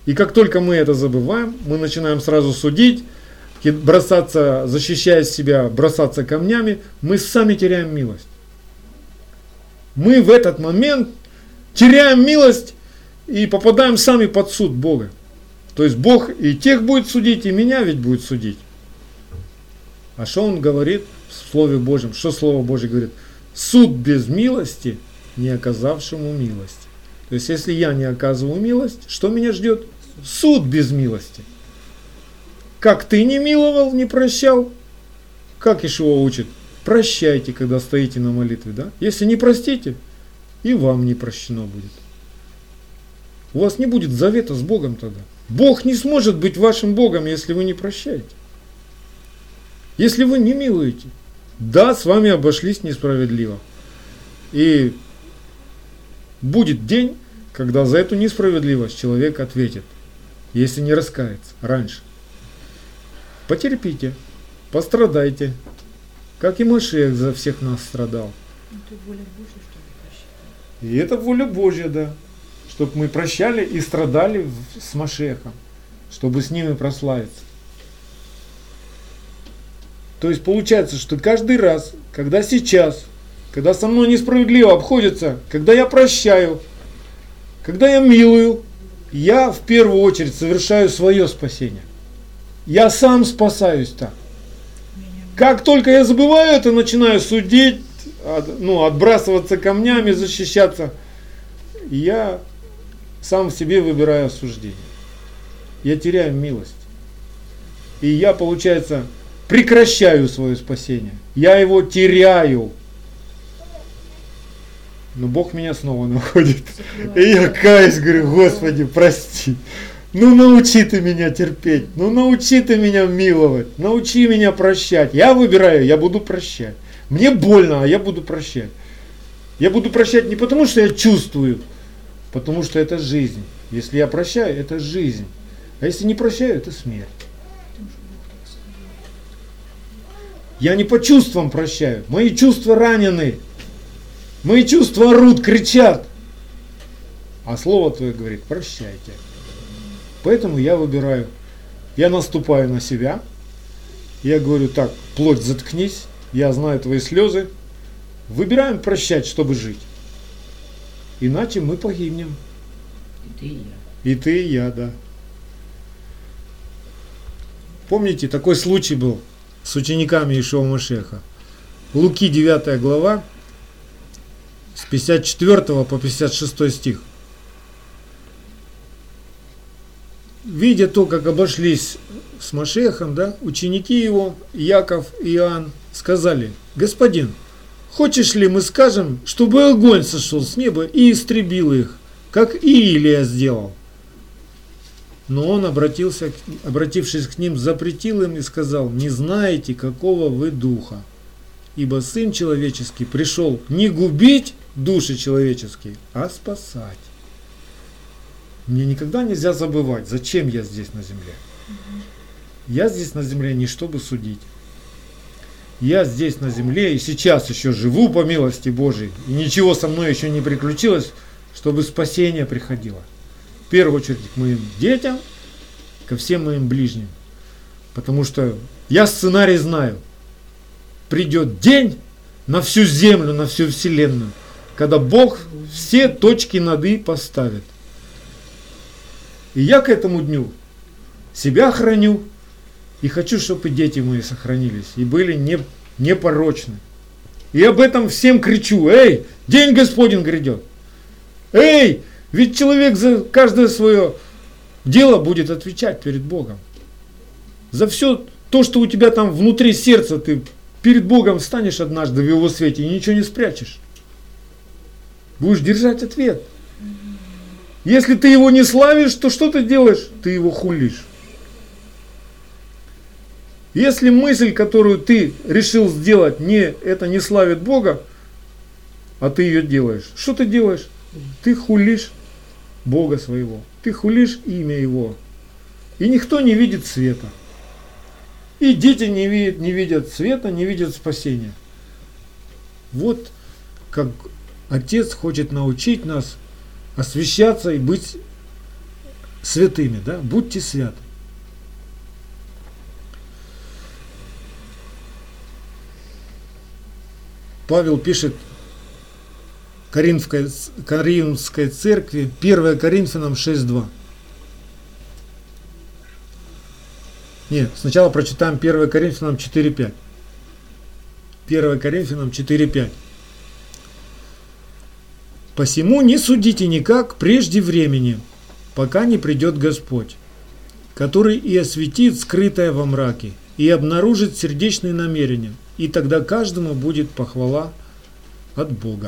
И как только мы это забываем, мы начинаем сразу судить, бросаться, защищая себя, бросаться камнями, мы сами теряем милость. Мы в этот момент теряем милость и попадаем сами под суд Бога. То есть Бог и тех будет судить, и меня ведь будет судить. А что Он говорит в Слове Божьем? Что Слово Божье говорит? Суд без милости, не оказавшему милости. То есть, если я не оказываю милость, что меня ждет? Суд без милости. Как ты не миловал, не прощал, как Ишуа учит, прощайте, когда стоите на молитве. Да? Если не простите, и вам не прощено будет. У вас не будет завета с Богом тогда. Бог не сможет быть вашим Богом, если вы не прощаете. Если вы не милуете. Да, с вами обошлись несправедливо. И будет день, когда за эту несправедливость человек ответит, если не раскается раньше. Потерпите, пострадайте, как и Машиах за всех нас страдал. Это воля Божья, что ли, прощать? И это воля Божья, да. Чтобы мы прощали и страдали с Машиахом, чтобы с ними прославиться. То есть получается, что каждый раз, когда сейчас, когда со мной несправедливо обходится, когда я прощаю, когда я милую, я в первую очередь совершаю свое спасение. Я сам спасаюсь так. Как только я забываю это, начинаю судить, ну, отбрасываться камнями, защищаться, я сам в себе выбираю осуждение. Я теряю милость. И я, получается, прекращаю свое спасение. Я его теряю. Но Бог меня снова находит. И я каюсь, говорю, Господи, прости. Ну научи ты меня терпеть. Ну научи ты меня миловать. Научи меня прощать. Я выбираю, я буду прощать. Мне больно, а я буду прощать. Я буду прощать не потому, что я чувствую, потому что это жизнь. Если я прощаю, это жизнь. А если не прощаю, это смерть. Я не по чувствам прощаю. Мои чувства ранены. Мои чувства орут, кричат. А Слово Твое говорит, прощайте. Поэтому я выбираю. Я наступаю на себя. Я говорю, так, плоть, заткнись. Я знаю твои слезы. Выбираем прощать, чтобы жить. Иначе мы погибнем. И ты, и я. И ты, и я, да. Помните, такой случай был с учениками Иешуа Машиаха. Луки девятая глава, с пятьдесят четвёртого по пятьдесят шестой стих. Видя то, как обошлись с Машиахом, да, ученики его, Яков и Иоанн, сказали, «Господин, хочешь ли мы скажем, чтобы огонь сошел с неба и истребил их, как и Илия сделал?» Но он, обратился, обратившись к ним, запретил им и сказал, «Не знаете, какого вы духа, ибо Сын Человеческий пришел не губить души человеческие, а спасать». Мне никогда нельзя забывать, зачем я здесь на земле. Я здесь на земле не чтобы судить. Я здесь на земле и сейчас еще живу по милости Божией. И ничего со мной еще не приключилось, чтобы спасение приходило. В первую очередь к моим детям, ко всем моим ближним. Потому что я сценарий знаю. Придет день на всю землю, на всю вселенную, когда Бог все точки над «и» поставит. И я к этому дню себя храню и хочу, чтобы дети мои сохранились и были не, непорочны. И об этом всем кричу. Эй, день Господень грядет. Эй, ведь человек за каждое свое дело будет отвечать перед Богом. За все то, что у тебя там внутри сердца, ты перед Богом встанешь однажды в Его свете и ничего не спрячешь. Будешь держать ответ. Если ты его не славишь, то что ты делаешь? Ты его хулишь. Если мысль, которую ты решил сделать, не, это не славит Бога, а ты ее делаешь, что ты делаешь? Ты хулишь Бога своего. Ты хулишь имя Его. И никто не видит света. И дети не видят, не видят света, не видят спасения. Вот как Отец хочет научить нас освящаться и быть святыми, да? Будьте святы. Павел пишет Коринфской, Коринфской церкви, первое Коринфянам шесть два. Нет, сначала прочитаем первое Коринфянам четыре пять. первое Коринфянам четыре пять. «Посему не судите никак прежде времени, пока не придет Господь, который и осветит скрытое во мраке, и обнаружит сердечные намерения, и тогда каждому будет похвала от Бога».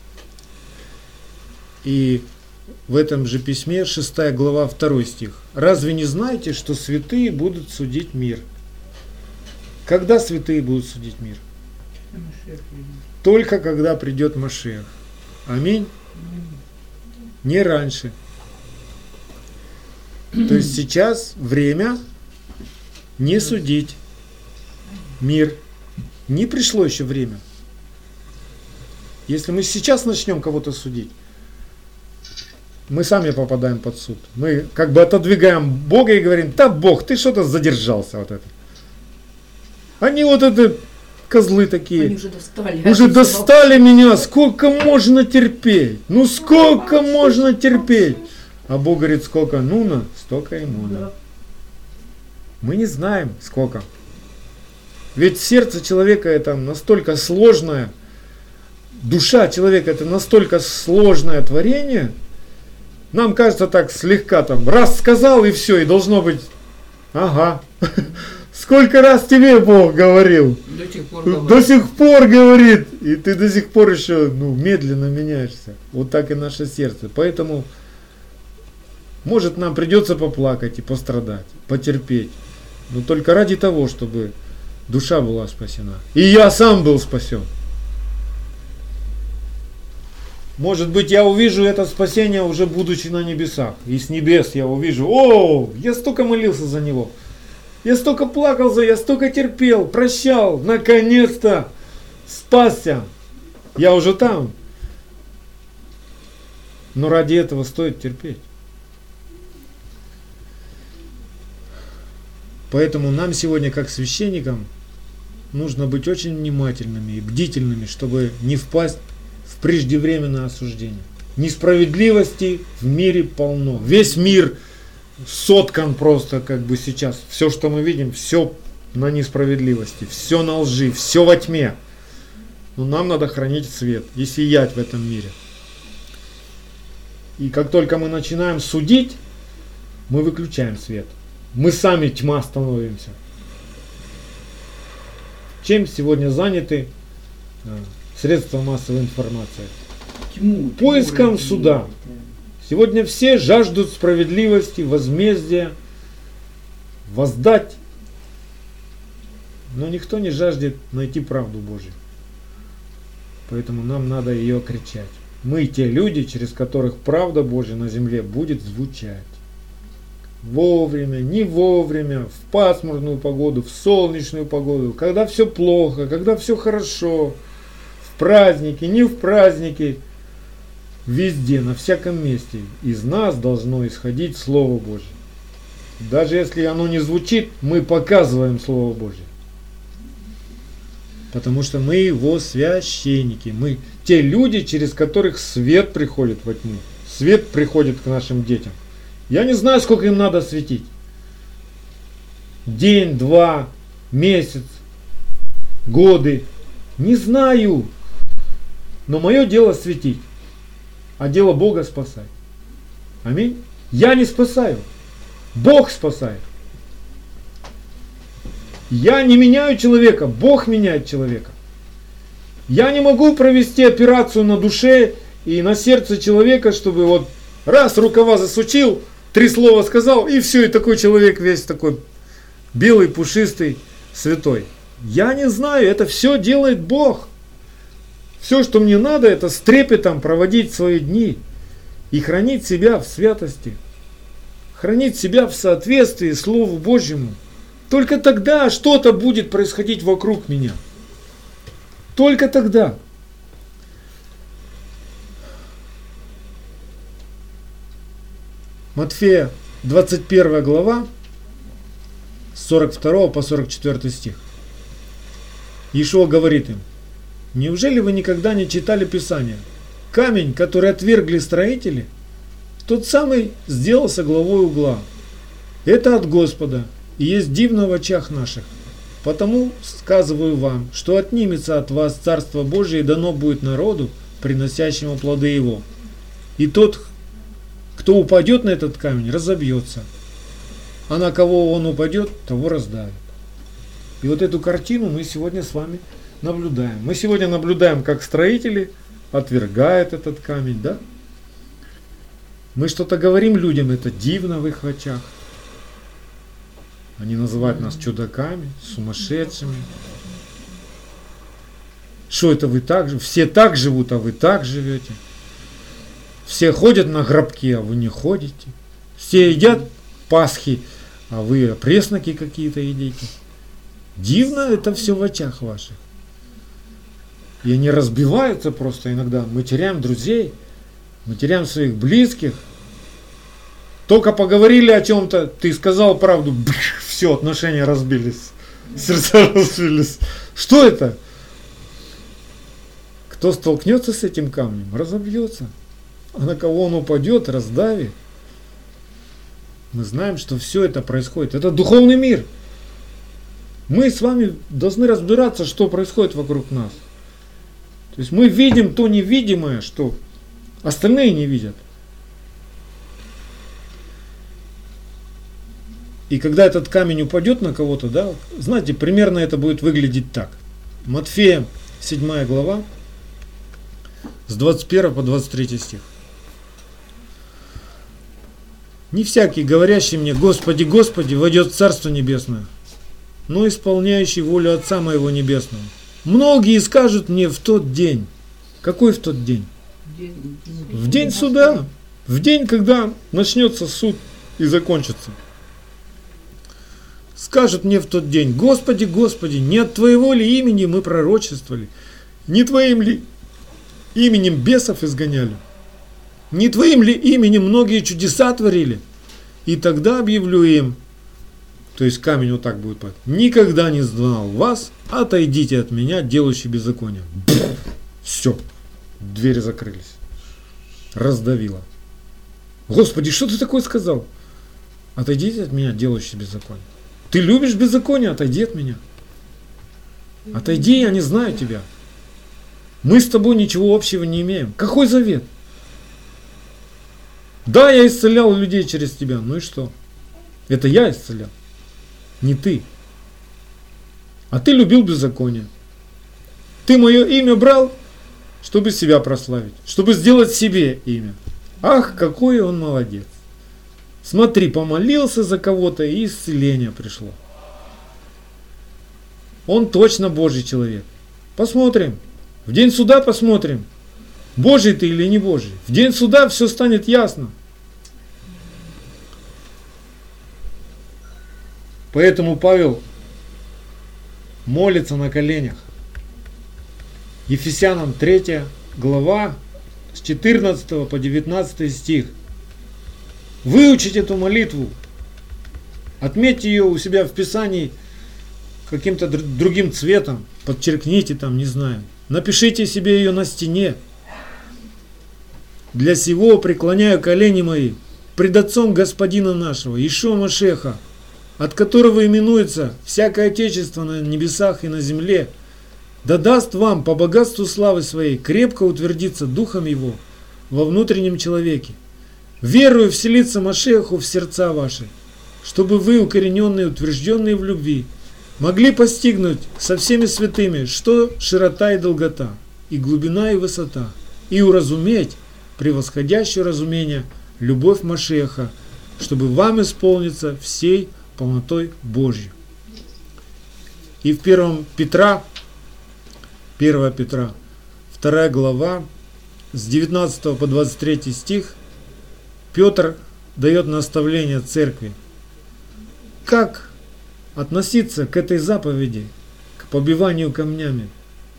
И в этом же письме, шестая глава, второй стих. «Разве не знаете, что святые будут судить мир?» Когда святые будут судить мир? Только когда придет Машиах. Аминь. Не раньше. То есть сейчас время не судить мир. Не пришло еще время. Если мы сейчас начнем кого-то судить, мы сами попадаем под суд. Мы как бы отодвигаем Бога и говорим: да, Бог, ты что-то задержался. Вот это. Они вот это козлы такие. Они уже достали. Уже достали меня. Сколько можно терпеть? Ну сколько можно терпеть? А Бог говорит: сколько Нуна, столько и Мона. Мы не знаем сколько. Ведь сердце человека это настолько сложное, душа человека это настолько сложное творение. Нам кажется так слегка там, раз сказал и все, и должно быть, ага. Сколько раз тебе Бог говорил? До сих пор До говорит. сих пор говорит. И ты до сих пор еще ну, медленно меняешься. Вот так и наше сердце. Поэтому, может, нам придется поплакать и пострадать, потерпеть. Но только ради того, чтобы душа была спасена. И я сам был спасен. Может быть, я увижу это спасение, уже будучи на небесах. И с небес я увижу: о, я столько молился за него. Я столько плакал за, я столько терпел, прощал. Наконец-то спасся. Я уже там. Но ради этого стоит терпеть. Поэтому нам сегодня, как священникам, нужно быть очень внимательными и бдительными, чтобы не впасть в преждевременное осуждение. Несправедливости в мире полно. Весь мир соткан просто как бы сейчас. Все, что мы видим, все на несправедливости, все на лжи, все во тьме. Но нам надо хранить свет и сиять в этом мире. И как только мы начинаем судить, мы выключаем свет. Мы сами тьма становимся. Чем сегодня заняты средства массовой информации? Тьму, Поиском тьму, суда. Сегодня все жаждут справедливости, возмездия, воздать. Но никто не жаждет найти правду Божью. Поэтому нам надо ее кричать. Мы те люди, через которых правда Божья на земле будет звучать. Вовремя, не вовремя, в пасмурную погоду, в солнечную погоду, когда все плохо, когда все хорошо, в праздники, не в праздники, везде, на всяком месте из нас должно исходить Слово Божье. Даже если оно не звучит, мы показываем Слово Божье. Потому что мы Его священники, мы те люди, через которых свет приходит во тьму, свет приходит к нашим детям. Я не знаю, сколько им надо светить. День, два, месяц, годы. Не знаю. Но мое дело светить. А дело Бога спасать. Аминь. Я не спасаю. Бог спасает. Я не меняю человека. Бог меняет человека. Я не могу провести операцию на душе и на сердце человека, чтобы вот раз рукава засучил, три слова сказал, и все, и такой человек весь такой белый, пушистый, святой. Я не знаю, это все делает Бог. Все, что мне надо, это с трепетом проводить свои дни и хранить себя в святости, хранить себя в соответствии Слову Божьему. Только тогда что-то будет происходить вокруг меня. Только тогда. Матфея, двадцать первая глава, с сорок второго по сорок четвёртый стих. Иешуа говорит им: неужели вы никогда не читали Писание? Камень, который отвергли строители, тот самый сделался главой угла. Это от Господа и есть дивно в очах наших. Потому сказываю вам, что отнимется от вас Царство Божие и дано будет народу, приносящему плоды его. И тот, кто упадет на этот камень, разобьется, а на кого он упадет, того раздавит. И вот эту картину мы сегодня с вами наблюдаем. Мы сегодня наблюдаем, как строители отвергают этот камень, да? Мы что-то говорим людям, это дивно в их очах. Они называют нас чудаками, сумасшедшими. Что это вы так же? Все так живут, а вы так живете. Все ходят на гробки, а вы не ходите. Все едят пасхи, а вы пресноки какие-то едите. Дивно это все в очах ваших. И они разбиваются просто иногда. Мы теряем друзей, мы теряем своих близких. Только поговорили о чем-то, ты сказал правду, все, отношения разбились, сердца разбились. Что это? Кто столкнется с этим камнем, разобьется. А на кого он упадет, раздавит. Мы знаем, что все это происходит. Это духовный мир. Мы с вами должны разбираться, что происходит вокруг нас. То есть мы видим то невидимое, что остальные не видят. И когда этот камень упадет на кого-то, да, знаете, примерно это будет выглядеть так. Матфея, седьмая глава, с двадцать первого по двадцать третий стих. Не всякий, говорящий мне: Господи, Господи, войдет в Царство Небесное, но исполняющий волю Отца Моего Небесного. Многие скажут мне в тот день. Какой в тот день? День- В день суда. В день, когда начнется суд и закончится. Скажут мне в тот день: Господи, Господи, не от Твоего ли имени мы пророчествовали? Не Твоим ли именем бесов изгоняли? Не Твоим ли именем многие чудеса творили? И тогда объявлю им, то есть камень вот так будет падать: никогда не знал вас, отойдите от меня, делающие беззаконие. Все, двери закрылись. Раздавило. Господи, что ты такое сказал? Отойдите от меня, делающие беззаконие. Ты любишь беззаконие? Отойди от меня. Отойди, я не знаю тебя. Мы с тобой ничего общего не имеем. Какой завет? Да, я исцелял людей через тебя. Ну и что? Это я исцелял, не ты. А ты любил беззаконие. Ты мое имя брал, чтобы себя прославить, чтобы сделать себе имя. Ах, какой он молодец. Смотри, помолился за кого-то, и исцеление пришло. Он точно Божий человек. Посмотрим. В день суда посмотрим, Божий ты или не Божий. В день суда все станет ясно. Поэтому Павел молится на коленях. Ефесянам третья глава, с четырнадцатого по девятнадцатый стих. Выучите эту молитву, отметьте ее у себя в Писании каким-то другим цветом, подчеркните там, не знаю, напишите себе ее на стене. Для сего преклоняю колени мои пред Отцом Господина нашего, Иешуа Машеха, от которого именуется всякое отечество на небесах и на земле, да даст вам по богатству славы своей крепко утвердиться Духом Его во внутреннем человеке, верую вселиться Машеху в сердца ваши, чтобы вы, укорененные, утвержденные в любви, могли постигнуть со всеми святыми, что широта и долгота, и глубина и высота, и уразуметь превосходящее разумение любовь Машеха, чтобы вам исполниться всей полнотой Божьей. И в первом Петра, первое Петра, вторая глава, с девятнадцатого по двадцать третий стих, Петр дает наставление церкви, как относиться к этой заповеди, к побиванию камнями.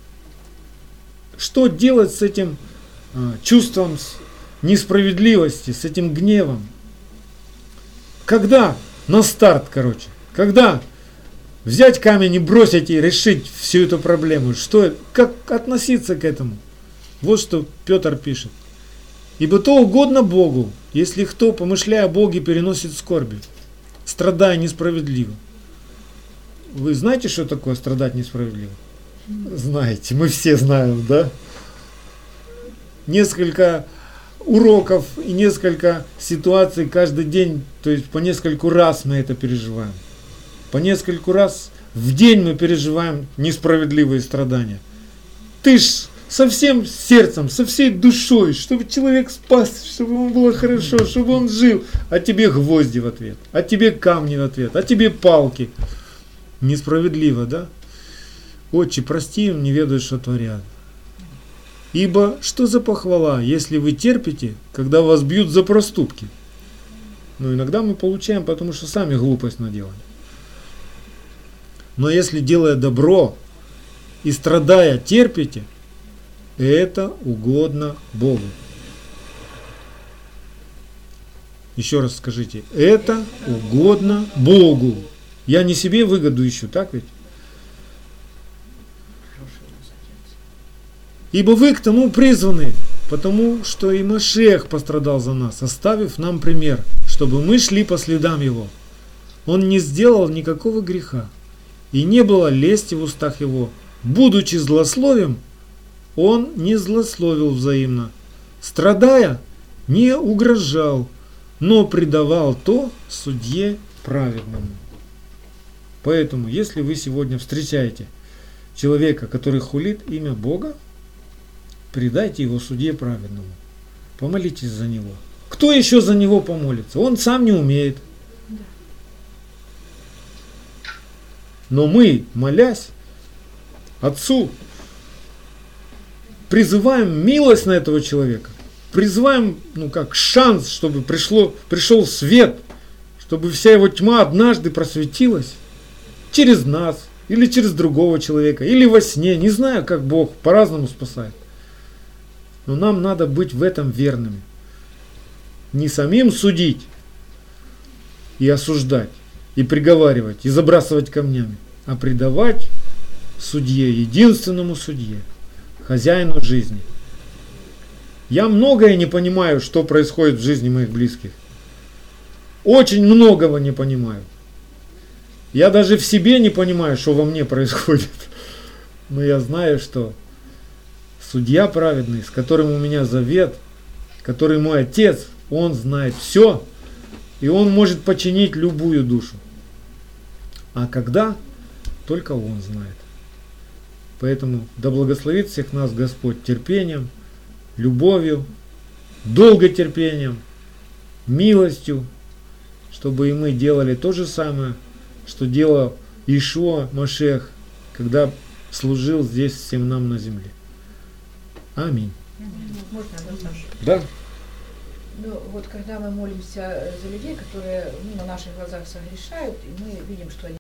Что делать с этим а, чувством несправедливости, с этим гневом? когда на старт, короче, когда взять камень и бросить и решить всю эту проблему, что, как относиться к этому? Вот что Петр пишет. Ибо то угодно Богу, если кто, помышляя о Боге, переносит скорби, страдая несправедливо. Вы знаете, что такое страдать несправедливо? Знаете, мы все знаем, да? Несколько уроков и несколько ситуаций каждый день, то есть по нескольку раз мы это переживаем. По нескольку раз в день мы переживаем несправедливые страдания. Ты ж со всем сердцем, со всей душой, чтобы человек спас, чтобы ему было хорошо, чтобы он жил, а тебе гвозди в ответ, а тебе камни в ответ, а тебе палки. Несправедливо, да? Отче, прости им, не ведают, что творят. Ибо что за похвала, если вы терпите, когда вас бьют за проступки? Ну, иногда мы получаем, потому что сами глупость наделали. Но если, делая добро и страдая, терпите, это угодно Богу. Еще раз скажите, это угодно Богу. Я не себе выгоду ищу, так ведь? Ибо вы к тому призваны, потому что и Машиах пострадал за нас, оставив нам пример, чтобы мы шли по следам Его. Он не сделал никакого греха, и не было лести в устах Его. Будучи злословием, Он не злословил взаимно. Страдая, не угрожал, но предавал то судье праведному. Поэтому, если вы сегодня встречаете человека, который хулит имя Бога, предайте его судье праведному. Помолитесь за него. Кто еще за него помолится? Он сам не умеет. Но мы, молясь Отцу, призываем милость на этого человека. Призываем, ну как, шанс, чтобы пришло, пришел свет, чтобы вся его тьма однажды просветилась через нас, или через другого человека, или во сне. Не знаю, как Бог по-разному спасает. Но нам надо быть в этом верными. Не самим судить и осуждать, и приговаривать, и забрасывать камнями, а предавать судье, единственному судье, хозяину жизни. Я многое не понимаю, что происходит в жизни моих близких. Очень многого не понимаю. Я даже в себе не понимаю, что во мне происходит. Но я знаю, что судья праведный, с которым у меня завет, который мой Отец, Он знает все, и Он может починить любую душу. А когда, только Он знает. Поэтому да благословит всех нас Господь терпением, любовью, долготерпением, милостью, чтобы и мы делали то же самое, что делал Иешуа Машиах, когда служил здесь всем нам на земле. Аминь. Можно, да, Саша? Да. Ну, вот когда мы молимся за людей, которые ну, на наших глазах согрешают, и мы видим, что они